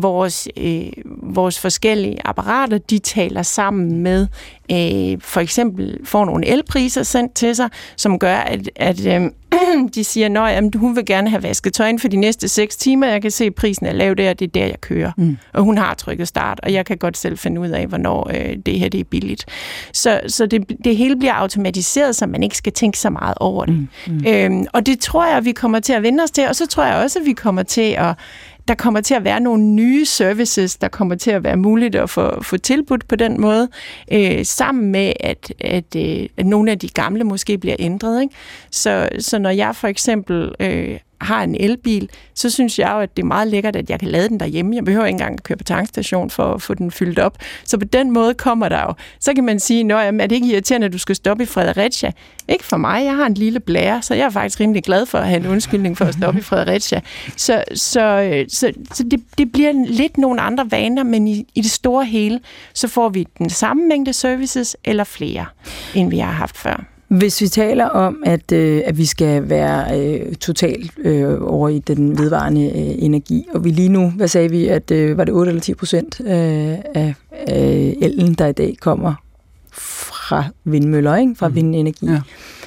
vores forskellige apparater, de taler sammen med for eksempel får nogle elpriser sendt til sig, som gør, at de siger, at hun vil gerne have vasket tøjen for de næste 6 timer. Jeg kan se, at prisen er lav der, det er der, jeg kører. Og hun har trykket start, og jeg kan godt selv finde ud af, hvornår det her det er billigt. Så det hele bliver automatiseret, så man ikke skal tænke så meget over det. Og det tror jeg, vi kommer til at vende os til, og så tror jeg også, at vi kommer til at der kommer til at være nogle nye services, der kommer til at være muligt at få tilbudt på den måde, sammen med, at nogle af de gamle måske bliver ændret. Ikke? Så når jeg for eksempel har en elbil, så synes jeg jo, at det er meget lækkert, at jeg kan lade den derhjemme. Jeg behøver ikke engang at køre på tankstation for at få den fyldt op. Så på den måde kommer der jo. Så kan man sige, er det ikke irriterende, at du skal stoppe i Fredericia? Ikke for mig. Jeg har en lille blære, så jeg er faktisk rimelig glad for at have en undskyldning for at stoppe i Fredericia. Så det bliver lidt nogle andre vaner, men i det store hele, så får vi den samme mængde services eller flere, end vi har haft før. Hvis vi taler om, at vi skal være totalt over i den vedvarende energi, og vi lige nu, hvad sagde vi, at var det 8 eller 10% af elen, der i dag kommer fra vindmøller, ikke? Fra vindenergi. Ja.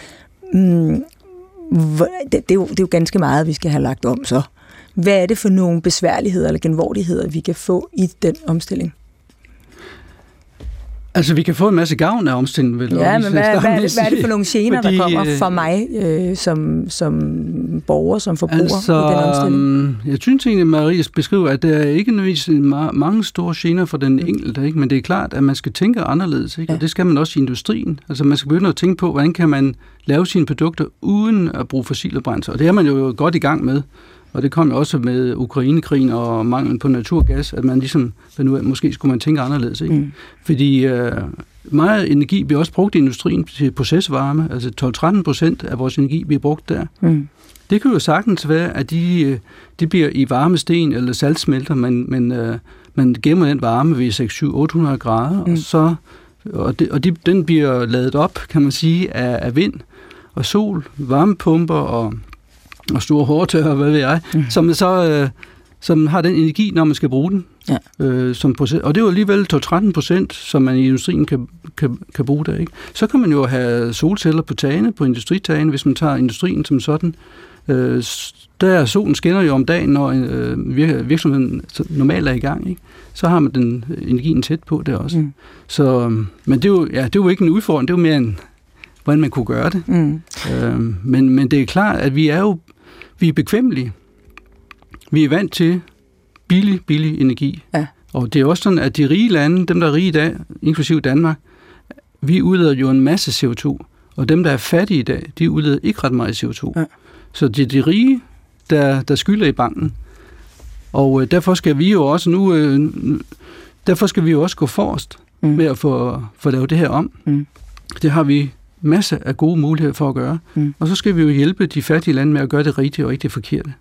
Det er jo ganske meget, vi skal have lagt om så. Hvad er det for nogle besværligheder eller genvordigheder, vi kan få i den omstilling? Altså, vi kan få en masse gavn af omstillingen. Vel? Ja, men hvad er det for nogle gener, der kommer fra mig som borger, som forbruger i den omstilling? Jeg synes egentlig, Marie beskriver, at der er ikke nødvendigvis mange store gener for den enkelte, ikke? Men det er klart, at man skal tænke anderledes, ikke? Ja. Og det skal man også i industrien. Altså, man skal begynde at tænke på, hvordan kan man lave sine produkter uden at bruge fossile brændsler. Og det er man jo godt i gang med. Og det kom jo også med Ukrainekrigen og manglen på naturgas, at man ligesom, måske skulle man tænke anderledes. Ikke? Fordi meget energi bliver også brugt i industrien til procesvarme. Altså 12-13% af vores energi bliver brugt der. Det kan jo sagtens være, at de bliver i varmesten eller saltsmelter, men man gemmer den varme ved 600-800 grader, den bliver ladet op, kan man sige, af vind og sol, varmepumper og store hårdtørrer, hvad ved jeg, som har den energi, når man skal bruge den. Ja. Som proces. Og det er jo alligevel 12-13%, som man i industrien kan bruge der. Ikke? Så kan man jo have solceller på tagene, på industritagene, hvis man tager industrien som sådan. Der solen skinner jo om dagen, når virksomheden normalt er i gang. Ikke? Så har man den energien tæt på der også. Så, men det er jo ikke en udfordring, det er jo mere en hvordan man kunne gøre det. Men det er klart, at vi er bekvemmelige. Vi er vant til billig energi. Ja. Og det er også sådan, at de rige lande, dem der er rige i dag, inklusive Danmark, vi udleder jo en masse CO2, og dem der er fattige i dag, de udleder ikke ret meget CO2. Ja. Så det er de rige, der skylder i banken. Og derfor skal vi jo også gå forrest med at få lavet det her om. Det har vi masser af gode muligheder for at gøre. Og så skal vi jo hjælpe de fattige lande med at gøre det rigtige og ikke det forkerte.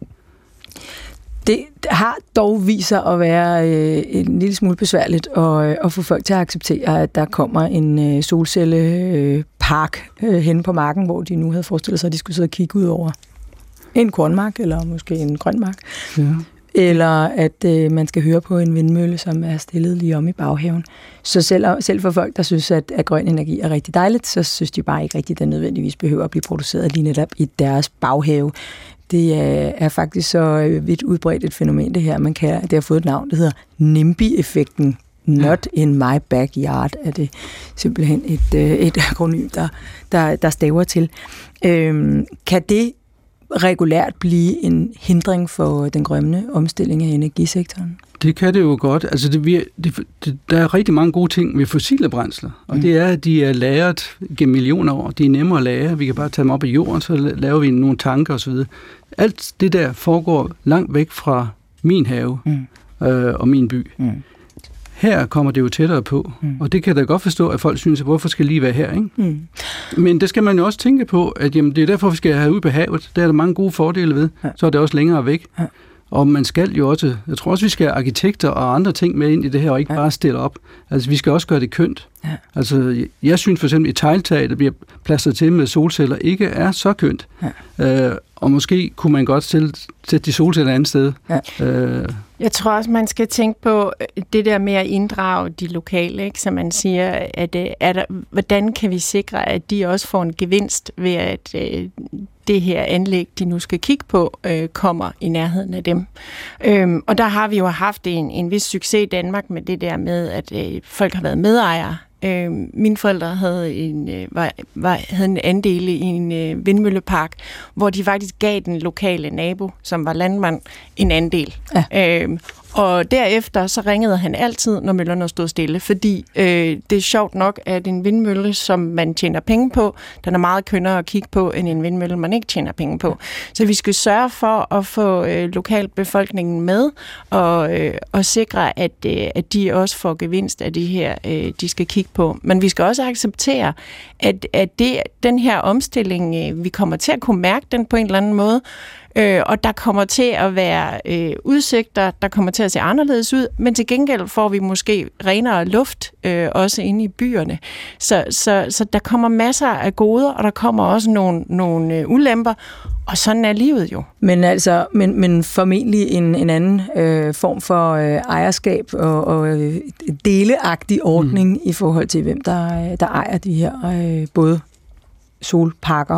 Det har dog vist sig at være en lille smule besværligt at få folk til at acceptere, at der kommer en solcellepark hen på marken, hvor de nu havde forestillet sig, at de skulle sidde og kigge ud over en kornmark, eller måske en grøn mark. Ja. Eller at man skal høre på en vindmølle, som er stillet lige om i baghaven. Så selv for folk, der synes, at grøn energi er rigtig dejligt, så synes de bare ikke rigtigt, at det nødvendigvis behøver at blive produceret lige netop i deres baghave. Det er faktisk så vidt udbredt et fænomen, det her. Det har fået et navn, det hedder NIMBY-effekten. Not in my backyard, er det simpelthen et akronym, der staver til. Kan det regulært blive en hindring for den grønne omstilling af energisektoren? Det kan det jo godt. Altså der er rigtig mange gode ting med fossile brændsler, og det er, at de er lagret gennem millioner år. De er nemmere at lagre. Vi kan bare tage dem op i jorden, så laver vi nogle tanker osv. Alt det der foregår langt væk fra min have og min by. Her kommer det jo tættere på, og det kan jeg da godt forstå, at folk synes, at hvorfor skal lige være her, ikke? Men det skal man jo også tænke på, at jamen, det er derfor, vi skal have ud på havet. Der er der mange gode fordele ved, så er det også længere væk. Og man skal jo også, jeg tror også, vi skal have arkitekter og andre ting med ind i det her, og ikke bare stille op. Altså, vi skal også gøre det kønt. Ja. Altså, jeg synes for eksempel, et tegltag, der bliver plastret til med solceller, ikke er så kønt. Ja. Og måske kunne man godt sætte de solceller et andet sted. Ja. Jeg tror også, man skal tænke på det der med at inddrage de lokale, ikke? Så man siger, at hvordan kan vi sikre, at de også får en gevinst ved, at det her anlæg, de nu skal kigge på, kommer i nærheden af dem. Og der har vi jo haft en vis succes i Danmark med det der med, at folk har været medejere. Mine forældre havde en andel i en vindmøllepark, hvor de faktisk gav den lokale nabo, som var landmand, en andel. Ja. Og derefter så ringede han altid, når møllerne stod stille, fordi det er sjovt nok, at en vindmølle, som man tjener penge på, den er meget kønnere at kigge på, end en vindmølle, man ikke tjener penge på. Så vi skal sørge for at få lokalbefolkningen med, og sikre, at de også får gevinst af det her, de skal kigge på. Men vi skal også acceptere, at den her omstilling, vi kommer til at kunne mærke den på en eller anden måde, og der kommer til at være udsigter, der kommer til at se anderledes ud, men til gengæld får vi måske renere luft, også inde i byerne. Så der kommer masser af goder, og der kommer også nogle ulemper, og sådan er livet jo. Men formentlig en anden form for ejerskab og deleagtig ordning i forhold til, hvem der ejer de her både solparker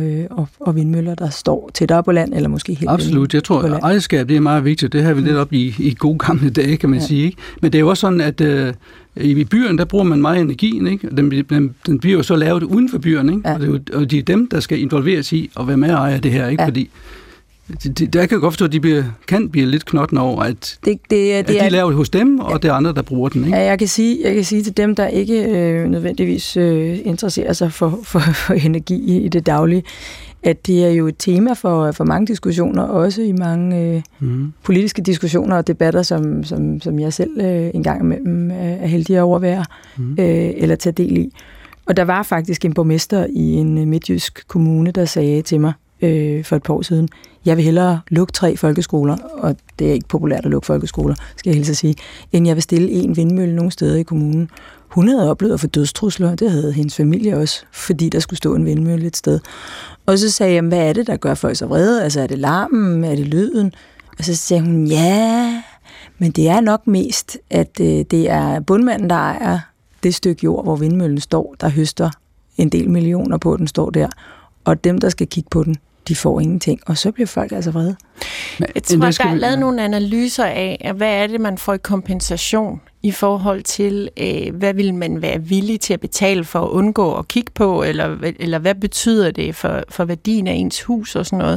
og vindmøller, der står tættere på land, eller måske helt absolut. Jeg tror, at ejerskab, det er meget vigtigt. Det har vi lidt op i gode gamle dage, kan man sige. Ikke? Men det er jo også sådan, at i byerne, der bruger man meget energi, ikke? Den bliver jo så lavet uden for byerne, ikke? Ja. Og det er dem, der skal involveres i at være med og eje det her, ikke? Ja. Fordi der kan jeg godt forstå, at de kan blive lidt knotten over, at de laver det hos dem, og det er andre, der bruger den. Ikke? Ja, jeg kan sige til dem, der ikke nødvendigvis interesserer sig for energi i det daglige, at det er jo et tema for mange diskussioner, også i mange politiske diskussioner og debatter, som jeg selv engang imellem er heldig at overvære eller tage del i. Og der var faktisk en borgmester i en midtjysk kommune, der sagde til mig for et par år siden, jeg vil hellere lukke 3 folkeskoler, og det er ikke populært at lukke folkeskoler, skal jeg helst sige, end jeg vil stille en vindmølle nogle steder i kommunen. Hun havde oplevet at få dødstrusler, det havde hendes familie også, fordi der skulle stå en vindmølle et sted. Og så sagde jeg, hvad er det, der gør folk så vrede? Altså er det larmen, er det lyden? Og så sagde hun, ja, men det er nok mest, at det er bundmanden, der ejer det stykke jord, hvor vindmøllen står, der høster en del millioner på, den står der. Og dem, der skal kigge på den, de får ingenting. Og så bliver folk altså vrede. Jeg tror, der er lavet nogle analyser af, hvad er det, man får i kompensation i forhold til, hvad vil man være villig til at betale for at undgå at kigge på, eller hvad betyder det for værdien af ens hus og sådan noget.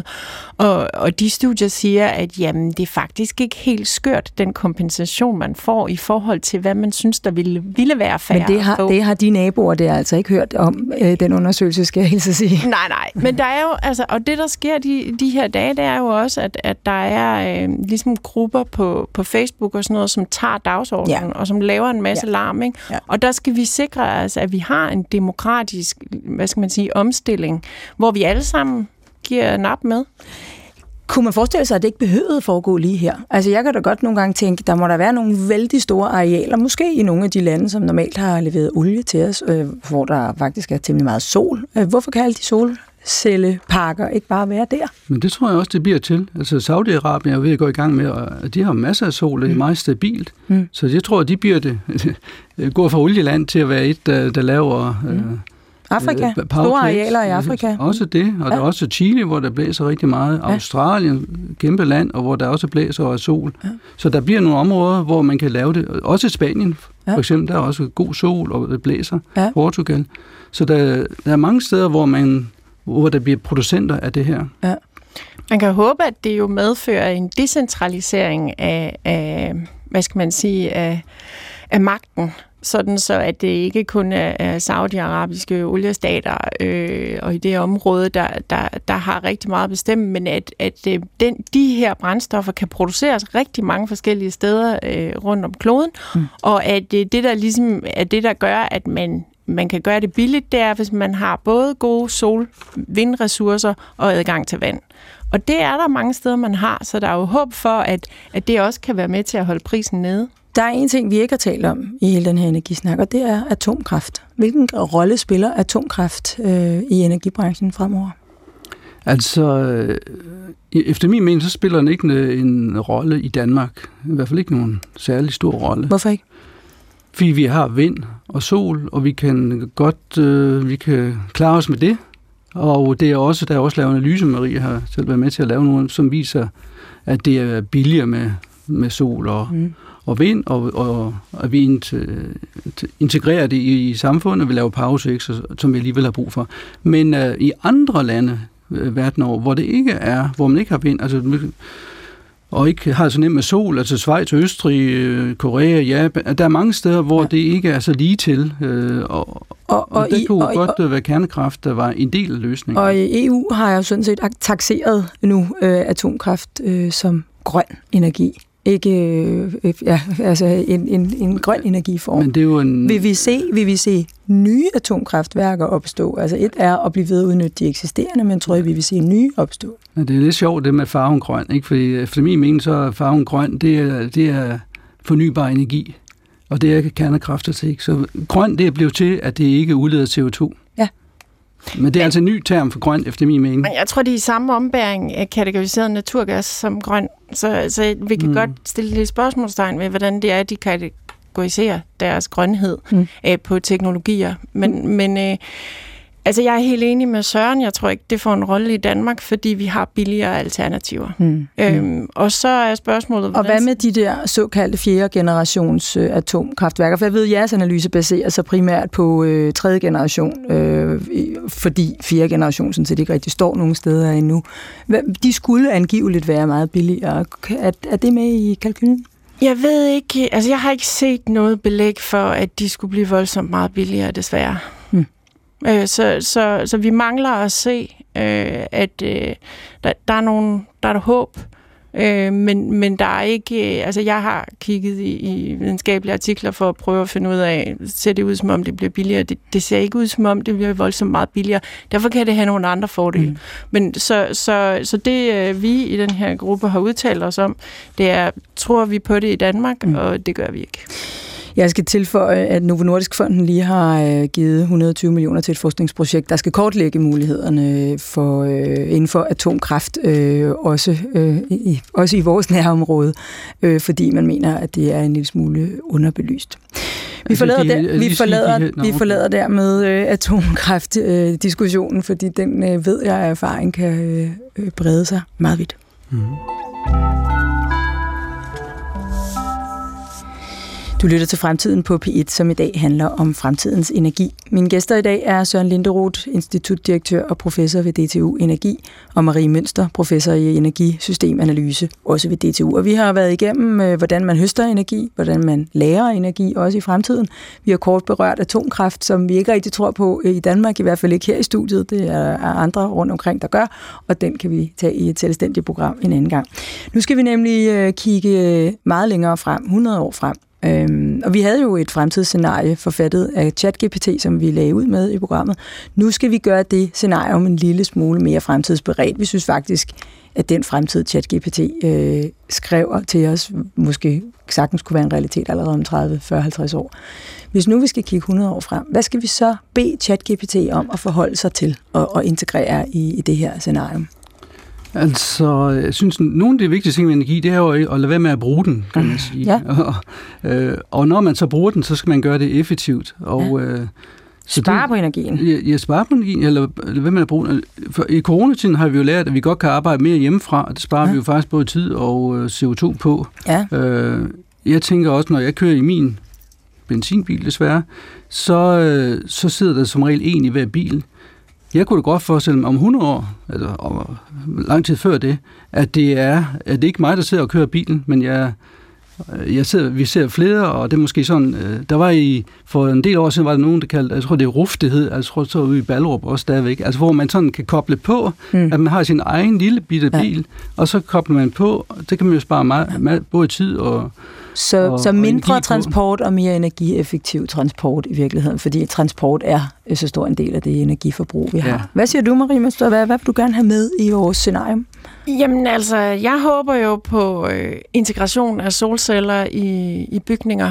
Og de studier siger, at jamen, det er faktisk ikke helt skørt, den kompensation, man får i forhold til, hvad man synes, der ville være fair. Men det har de naboer der altså ikke hørt om, den undersøgelse, skal jeg hilse at sige. Nej. Men der er jo, altså, og det, der sker de her dage, det er jo også, at der er ligesom grupper på Facebook og sådan noget, som tager dagsordenen, og som laver en masse larm, ikke? Ja. Og der skal vi sikre os, at vi har en demokratisk, omstilling, hvor vi alle sammen giver nap med. Kunne man forestille sig, at det ikke behøvede at foregå lige her? Altså, jeg kan da godt nogle gange tænke, der må der være nogle vældig store arealer, måske i nogle af de lande, som normalt har leveret olie til os, hvor der faktisk er temmelig meget sol. Hvorfor kan alle de solcelleparker ikke bare være der? Men det tror jeg også, det bliver til. Altså, Saudi-Arabien er ved at gå i gang med, og de har masser af sol, og det er meget stabilt. Så jeg tror, at de bliver det. Går fra olieland til at være et, der laver... Afrika. Store arealer i Afrika. Også det, og der er også Chile, hvor der blæser rigtig meget. Australien, kæmpe land, og hvor der også blæser og er sol. Ja. Så der bliver nogle områder, hvor man kan lave det. Også i Spanien, for eksempel, der er også god sol, og det blæser. Ja. Portugal. Så der er mange steder, hvor der bliver producenter af det her. Ja. Man kan håbe, at det jo medfører en decentralisering af hvad skal man sige, af magten, sådan så at det ikke kun er saudiarabiske oliestater og i det område, der har rigtig meget at bestemme, men at de her brændstoffer kan produceres rigtig mange forskellige steder rundt om kloden, og at det der ligesom er det, der gør, at man kan gøre det billigt, det er, hvis man har både gode vindressourcer og adgang til vand. Og det er der mange steder, man har, så der er jo håb for, at det også kan være med til at holde prisen nede. Der er en ting, vi ikke har talt om i hele den her energisnak, og det er atomkraft. Hvilken rolle spiller atomkraft i energibranchen fremover? Altså, efter min mening, så spiller den ikke en rolle i Danmark. I hvert fald ikke nogen særlig stor rolle. Hvorfor ikke? Fordi vi har vind og sol, og vi kan klare os med det. Og det er også, der er også lavet analyse, Marie har selv været med til at lave nogle, som viser, at det er billigere med sol og vind, og at vi integrerer det i samfundet, og vi laver pause, ikke, som vi alligevel har brug for. Men i andre lande verden over, hvor man ikke har vind, altså, og ikke har så nemt med sol, altså Schweiz, Østrig, Korea, Japan, der er mange steder, hvor det ikke er så lige til, og det kunne godt være kernekraft, der var en del af løsningen. Og EU har jo sådan set takseret nu atomkraft som grøn energi. Ikke en grøn energiform. Men det er jo Vil vi se nye atomkraftværker opstå? Altså et er at blive ved at udnytte de eksisterende, men tror jeg, vi vil se nye opstå? Ja, det er lidt sjovt det med farven grøn, ikke? Fordi efter min mening, så er farven grøn, det er fornybar energi, og det er kernekraft ikke. Så grøn, det er blevet til, at det ikke udleder CO2. Ja. Men det er altså en ny term for grøn, efter min mening. Men jeg tror, det er i samme ombæring af kategoriseret naturgas som grøn. Så vi kan godt stille lidt spørgsmålstegn ved, hvordan det er, at de kategoriserer deres grønhed på teknologier. Men altså, jeg er helt enig med Søren. Jeg tror ikke, det får en rolle i Danmark, fordi vi har billigere alternativer. Og så er spørgsmålet... Og hvad med de der såkaldte 4. generations atomkraftværker? For jeg ved, at jeres analyse baserer sig primært på 3. generation, fordi 4. generation sådan set ikke rigtig står nogen steder endnu. De skulle angiveligt være meget billigere. Er det med i kalkylen? Jeg ved ikke... Altså, jeg har ikke set noget belæg for, at de skulle blive voldsomt meget billigere, desværre. Så vi mangler at se, at der er håb, men der er ikke... Altså, jeg har kigget i videnskabelige artikler for at prøve at finde ud af, ser det ud som om det bliver billigere? Det ser ikke ud som om det bliver voldsomt meget billigere. Derfor kan det have nogle andre fordele. Men så det vi i den her gruppe har udtalt os om, det er, tror vi på det i Danmark, og det gør vi ikke. Jeg skal tilføje, at Novo Nordisk Fonden lige har givet 120 millioner til et forskningsprojekt, der skal kortlægge mulighederne inden for atomkraft, også i vores nærområde, fordi man mener, at det er en lille smule underbelyst. Vi forlader dermed atomkraftdiskussionen, fordi den ved jeg af erfaring kan brede sig meget vidt. Du lytter til Fremtiden på P1, som i dag handler om fremtidens energi. Mine gæster i dag er Søren Linderoth, institutdirektør og professor ved DTU Energi, og Marie Mønster, professor i energisystemanalyse, også ved DTU. Og vi har været igennem, hvordan man høster energi, hvordan man lagrer energi, også i fremtiden. Vi har kort berørt atomkraft, som vi ikke rigtig tror på i Danmark, i hvert fald ikke her i studiet. Det er andre rundt omkring, der gør, og den kan vi tage i et selvstændigt program en anden gang. Nu skal vi nemlig kigge meget længere frem, 100 år frem. Og vi havde jo et fremtidsscenarie forfattet af ChatGPT, som vi lagde ud med i programmet. Nu skal vi gøre det scenarie om en lille smule mere fremtidsberedt. Vi synes faktisk, at den fremtid ChatGPT skrev til os, måske sagtens kunne være en realitet allerede om 30, 40, 50 år. Hvis nu vi skal kigge 100 år frem, hvad skal vi så bede ChatGPT om at forholde sig til og integrere i det her scenarie? Altså, jeg synes, nogle af de vigtigste ting med energi, det er jo at lade være med at bruge den, kan man sige. Ja. Og når man så bruger den, så skal man gøre det effektivt. Og, spare på energien. Ja, spare på energien, eller lade være med at bruge den. For i coronatiden har vi jo lært, at vi godt kan arbejde mere hjemmefra, og det sparer vi jo faktisk både tid og CO2 på. Ja. Jeg tænker også, når jeg kører i min benzinbil desværre, så sidder der som regel en i hver bil. Jeg kunne da godt forestille mig om 100 år, eller om lang tid før det, at det er ikke mig, der sidder og kører bilen, men vi ser flere, og det er måske sådan, der var for en del år siden, var der nogen, der kaldte, jeg tror det er RUF, det hed, altså så ude i Ballerup også stadigvæk, altså hvor man sådan kan koble på, at man har sin egen lille bitte bil, og så kobler man på, det kan man jo spare meget både tid og Så mindre transport og mere energieffektiv transport i virkeligheden, fordi transport er så stor en del af det energiforbrug, vi har. Hvad siger du, Marie Mønster? Hvad vil du gerne have med i vores scenarie? Jamen altså, jeg håber jo på integration af solceller i bygninger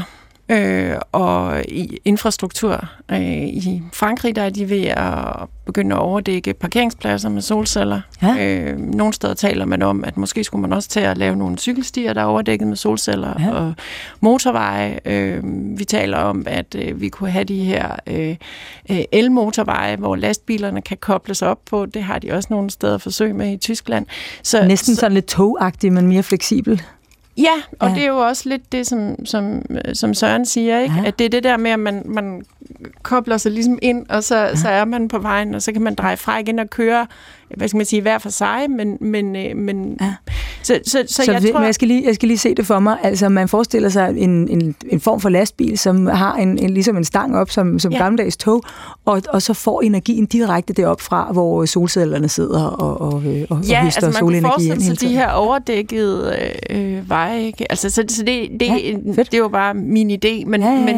og i infrastruktur. I Frankrig der er de ved at begynde at overdække parkeringspladser med solceller. Ja. Nogle steder taler man om, at måske skulle man også til at lave nogle cykelstier, der er overdækket med solceller, og motorveje. Vi taler om, at vi kunne have de her elmotorveje, hvor lastbilerne kan kobles op på. Det har de også nogle steder forsøg med i Tyskland. Næsten sådan lidt togagtigt, men mere fleksibel. Ja, og det er jo også lidt det, som Søren siger, ikke? At det er det der med, at man kobler sig ligesom ind, og så er man på vejen, og så kan man dreje fra igen og køre, hvad skal man sige, hver for sig, men så jeg tror... Men jeg skal lige se det for mig. Altså, man forestiller sig en form for lastbil, som har ligesom en stang op, som gammeldags tog, og så får energien direkte derop fra, hvor solcellerne sidder og høster solenergi ind. Ja, altså man kunne forestille sig de her overdækkede veje, ikke? Altså, så det er jo bare min idé,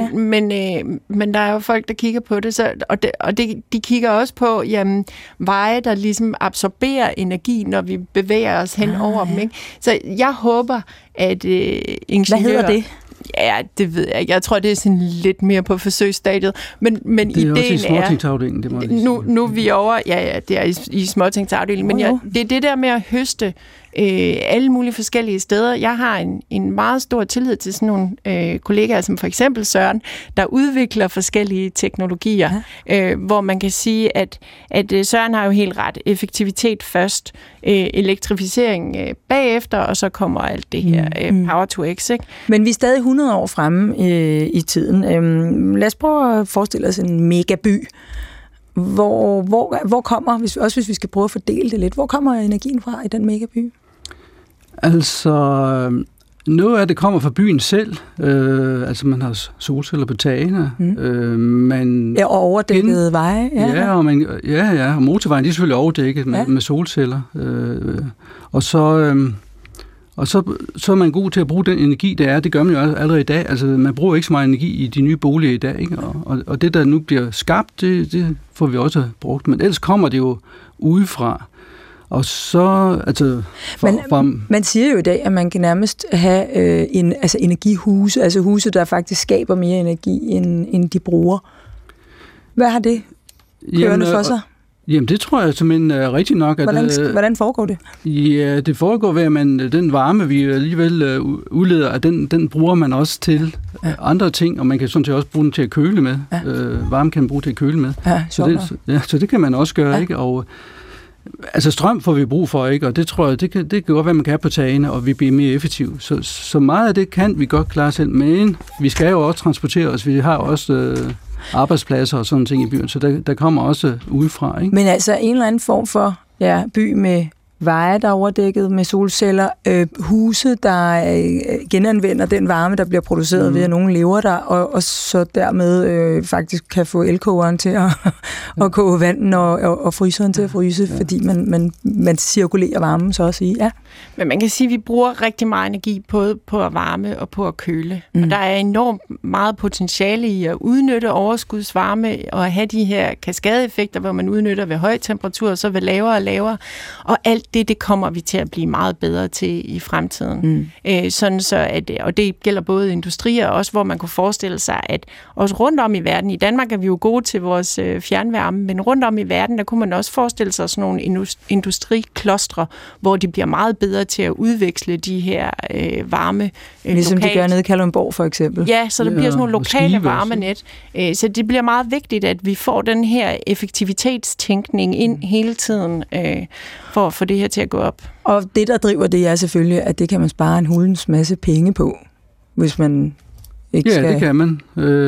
men der er jo folk, der kigger på det, og de kigger også på veje, der ligesom absorberer energi, når vi bevæger os hen over dem. Ikke? Så jeg håber, at ingeniører... Hvad hedder det? Ja, det ved jeg ikke. Jeg tror, det er sådan lidt mere på forsøgsstadiet. Men det er også i småtingsafdelingen, det må jeg sige. Nu er vi over... Ja, det er i småtingsafdelingen. Men det er det der med at høste alle mulige forskellige steder. Jeg har en meget stor tillid til sådan nogle kollegaer, som for eksempel Søren, der udvikler forskellige teknologier, hvor man kan sige, at Søren har jo helt ret. Effektivitet først, elektrificering bagefter, og så kommer alt det her power to x. Ikke? Men vi er stadig 100 år fremme i tiden. Lad os prøve at forestille os en megaby. Hvor kommer, hvis vi skal prøve at fordele det lidt, hvor kommer energien fra i den megaby? Altså, noget af det kommer fra byen selv. Altså, man har solceller på tagene. Og overdækkede veje. Og motorvejen, de er selvfølgelig overdækket med solceller. Og så er man god til at bruge den energi, der er. Det gør man jo allerede i dag. Altså, man bruger ikke så meget energi i de nye boliger i dag, ikke? Og det, der nu bliver skabt, det får vi også brugt. Men ellers kommer det jo udefra. Og så, altså... Man siger jo i dag, at man kan nærmest have energihuse, altså huse, der faktisk skaber mere energi, end de bruger. Hvad har det kørende for sig? Jamen, det tror jeg simpelthen er rigtigt nok. Hvordan foregår det? Ja, det foregår ved, at den varme, vi alligevel udleder, at den bruger man også til andre ting, og man kan sådan set også bruge den til at køle med. Varme kan man bruge til at køle med. Ja, så det kan man også gøre, ikke? Og Altså strøm får vi brug for, ikke? Og det tror jeg, det kan godt være, man kan have på tagene, og vi bliver mere effektive. Så meget af det kan vi godt klare selv, men vi skal jo også transportere os. Vi har også arbejdspladser og sådan ting i byen, så der kommer også udefra, ikke? Men altså en eller anden form for by med veje, der er overdækket med solceller, huse, der genanvender den varme, der bliver produceret ved, at nogen lever der, og så dermed faktisk kan få elkogeren til at koge vandet og fryseren til at fryse, fordi man cirkulerer varmen, så at sige. Ja. Men man kan sige, at vi bruger rigtig meget energi både på at varme og på at køle. Og der er enormt meget potentiale i at udnytte overskudsvarme og have de her kaskadeeffekter, hvor man udnytter ved høj temperatur, og så ved lavere og lavere. Og alt det kommer vi til at blive meget bedre til i fremtiden. Sådan så at, og det gælder både industrier, også hvor man kunne forestille sig, at også rundt om i verden, i Danmark er vi jo gode til vores fjernvarme, men rundt om i verden, der kunne man også forestille sig sådan nogle industriklostre, hvor de bliver meget bedre til at udveksle de her varme ligesom lokalt. De gør nede i Kalundborg for eksempel. Ja, så der bliver sådan nogle lokale varmenet. Så det bliver meget vigtigt, at vi får den her effektivitetstænkning ind hele tiden, for at få det her til at gå op. Og det, der driver det, er selvfølgelig, at det kan man spare en hulens masse penge på, hvis man ikke skal... Ja, det kan man.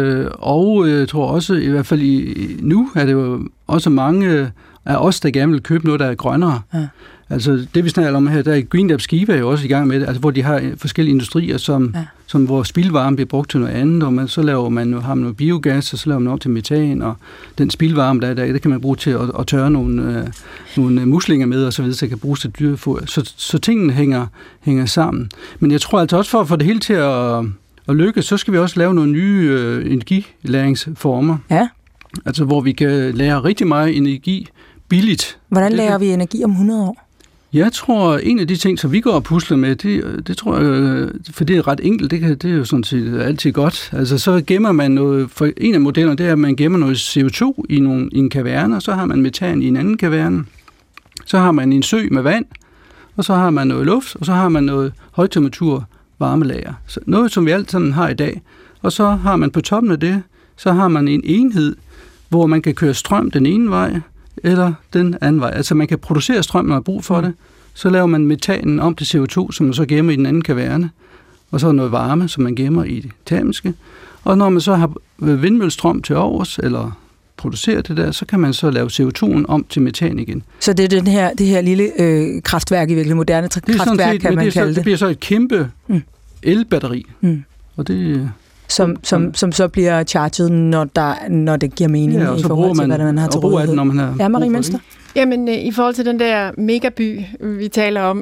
Og jeg tror også, i hvert fald nu, er det jo også mange af os, der gerne vil købe noget, der er grønnere. Ja. Altså det, vi snakker om her, der er GreenLab Skive er jo også i gang med det, altså hvor de har forskellige industrier, som hvor spildvarme bliver brugt til noget andet, og så laver man noget biogas, og så laver man op til metan, og den spildvarme, der er der, det kan man bruge til at tørre nogle muslinger med, og så videre, så kan bruges til dyrefoder. Så tingene hænger sammen. Men jeg tror altså også, for at få det hele til at lykkes, så skal vi også lave nogle nye energilæringsformer. Ja. Altså hvor vi kan lære rigtig meget energi billigt. Hvordan lærer vi energi om 100 år? Jeg tror, en af de ting, som vi går og pusler med, det tror jeg, for det er ret enkelt, det er jo sådan set altid godt. Altså så gemmer man noget, for en af modellerne, det er, at man gemmer noget CO2 i en kaverne, og så har man metan i en anden kaverne. Så har man en sø med vand, og så har man noget luft, og så har man noget højtemperatur varmelager. Så noget, som vi alt sammen har i dag. Og så har man på toppen af det, så har man en enhed, hvor man kan køre strøm den ene vej, eller den anden vej. Altså man kan producere strøm, når man har brug for det. Så laver man metanen om til CO2, som man så gemmer i den anden kaverne. Og så noget varme, som man gemmer i det termiske. Og når man så har vindmøllestrøm til overs, eller producerer det der, så kan man så lave CO2'en om til metan igen. Så det er det her lille kraftværk, i virkelig moderne kraftværk, kan man kalde det. Det bliver så et kæmpe elbatteri. Og det... Som så bliver charget, når det giver mening i forhold til, hvad man har til rådighed. Når man har ja, Marie Mønster? Jamen, i forhold til den der megaby, vi taler om,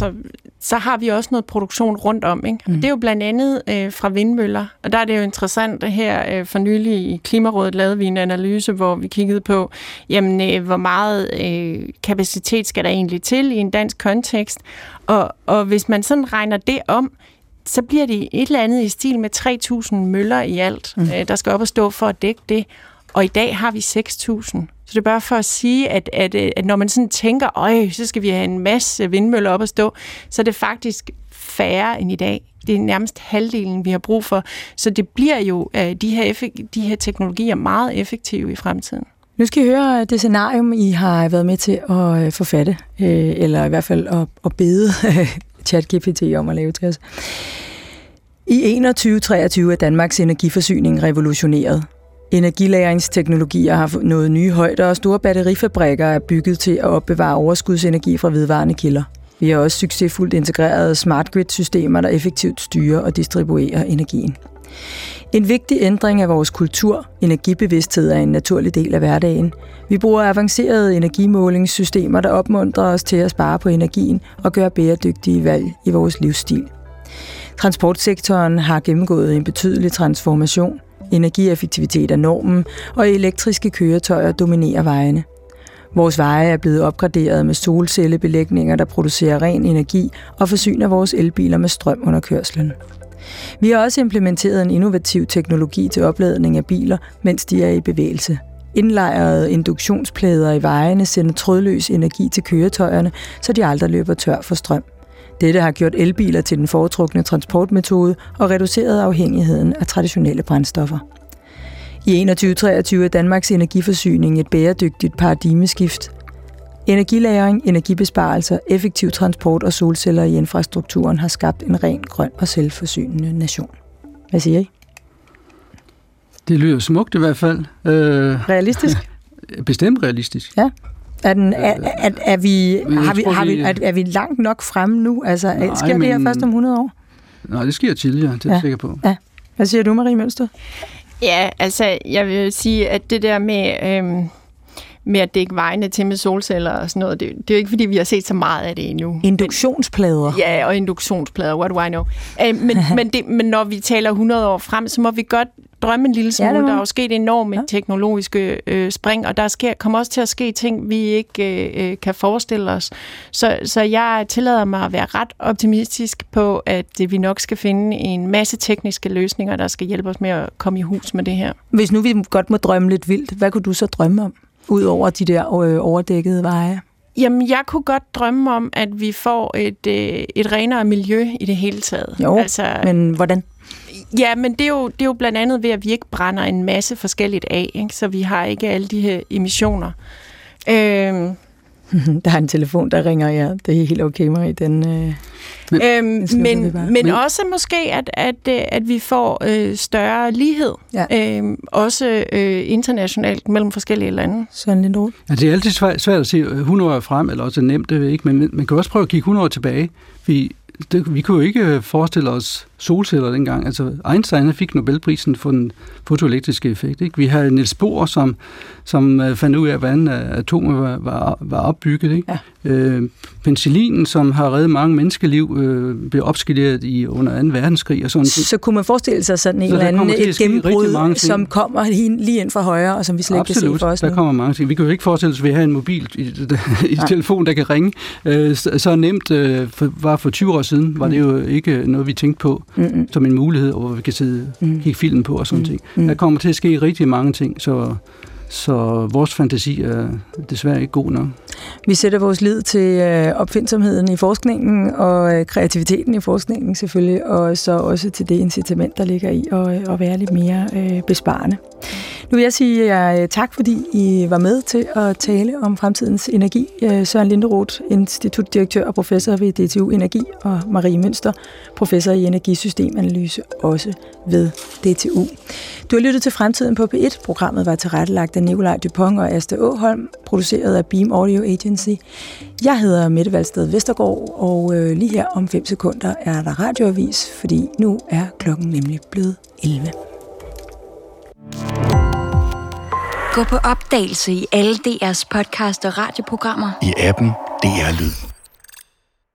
så har vi også noget produktion rundt om, ikke? Og det er jo blandt andet fra vindmøller, og der er det jo interessant, at her for nylig i Klimarådet lavede vi en analyse, hvor vi kiggede på, jamen, hvor meget kapacitet skal der egentlig til i en dansk kontekst, og hvis man sådan regner det om, så bliver det et eller andet i stil med 3.000 møller i alt, der skal op og stå for at dække det. Og i dag har vi 6.000. Så det er bare for at sige, at når man sådan tænker, så skal vi have en masse vindmøller op at stå, så er det faktisk færre end i dag. Det er nærmest halvdelen, vi har brug for. Så det bliver jo de her teknologier meget effektive i fremtiden. Nu skal I høre det scenarium, I har været med til at forfatte, eller i hvert fald at bede ChatGPT om at lave til os. I 2021-2023 er Danmarks energiforsyning revolutioneret. Energilagringsteknologier har nået nye højder, og store batterifabrikker er bygget til at opbevare overskudsenergi fra vedvarende kilder. Vi har også succesfuldt integreret smart grid-systemer, der effektivt styrer og distribuerer energien. En vigtig ændring af vores kultur, energibevidsthed, er en naturlig del af hverdagen. Vi bruger avancerede energimålingssystemer, der opmuntrer os til at spare på energien og gøre bæredygtige valg i vores livsstil. Transportsektoren har gennemgået en betydelig transformation. Energieffektivitet er normen, og elektriske køretøjer dominerer vejene. Vores veje er blevet opgraderet med solcellebelægninger, der producerer ren energi og forsyner vores elbiler med strøm under kørslen. Vi har også implementeret en innovativ teknologi til opladning af biler, mens de er i bevægelse. Indlejrede induktionsplader i vejene sender trådløs energi til køretøjerne, så de aldrig løber tør for strøm. Dette har gjort elbiler til den foretrukne transportmetode og reduceret afhængigheden af traditionelle brændstoffer. I 2021-2023 er Danmarks energiforsyning et bæredygtigt paradigmeskift. Energilagring, energibesparelser, effektiv transport og solceller i infrastrukturen har skabt en ren, grøn og selvforsynende nation. Hvad siger I? Det lyder smukt i hvert fald. Realistisk? Bestemt realistisk. Ja. Er vi langt nok fremme nu? Altså, sker det her først om 100 år? Nej, det sker tidligere, det er jeg sikker på. Ja. Hvad siger du, Marie Mønsted? Ja, altså, jeg vil sige, at det der med at dække vejene til med solceller og sådan noget, det er jo ikke, fordi vi har set så meget af det endnu. Induktionsplader. Ja, og induktionsplader, what do I know? Men når vi taler 100 år frem, så må vi godt drømme en lille smule. Der er jo sket enorme teknologiske spring, og der kommer også til at ske ting, vi ikke kan forestille os. Så jeg tillader mig at være ret optimistisk på, at vi nok skal finde en masse tekniske løsninger, der skal hjælpe os med at komme i hus med det her. Hvis nu vi godt må drømme lidt vildt, hvad kunne du så drømme om, ud over de der overdækkede veje? Jamen, jeg kunne godt drømme om, at vi får et renere miljø i det hele taget. Jo, men hvordan? Ja, men det er jo blandt andet ved, at vi ikke brænder en masse forskelligt af, ikke? Så vi har ikke alle de her emissioner. Der er en telefon, der ringer, ja. Det er helt okay, Marie. Men også måske, at vi får større lighed. Ja. Også internationalt mellem forskellige lande. Sådan lidt ord. Ja, det er altid svært at se 100 år frem, eller også nemt, det ved jeg ikke, men man kan også prøve at kigge 100 år tilbage. Vi kunne jo ikke forestille os solceller dengang. Altså, Einstein fik Nobelprisen for den fotoelektriske effekt. Ikke? Vi har Niels Bohr, som fandt ud af, hvordan atomer var opbygget. Ikke? Ja. Penicillinen, som har reddet mange menneskeliv, blev opskaleret under 2. verdenskrig. Og sådan. Så kunne man forestille sig sådan en eller anden et gennembrud, som kommer lige ind fra højre, og som vi slet ikke kan se for os nu? Der kommer mange ting. Vi kan jo ikke forestille os, at vi har en mobil i telefon, der kan ringe. Så nemt var for 20 år siden, var det jo ikke noget, vi tænkte på som en mulighed, hvor vi kan sidde og kigge film på og sådan ting. Der kommer til at ske rigtig mange ting, så vores fantasi er desværre ikke god nok. Vi sætter vores lid til opfindsomheden i forskningen og kreativiteten i forskningen selvfølgelig, og så også til det incitament, der ligger i at være lidt mere besparende. Nu vil jeg sige jer tak, fordi I var med til at tale om fremtidens energi. Søren Linderoth, institutdirektør og professor ved DTU Energi, og Marie Mønster, professor i energisystemanalyse, også ved DTU. Du har lyttet til Fremtiden på P1. Programmet var tilrettelagt af Nikolaj Dupont og Asta Åholm, produceret af Beam Audio Agency. Jeg hedder Mette Valsted Vestergaard, og lige her om 5 sekunder er der radioavis, fordi nu er klokken nemlig blevet 11. Gå på opdagelse i alle DR's podcast og radioprogrammer. I appen DR Lyd.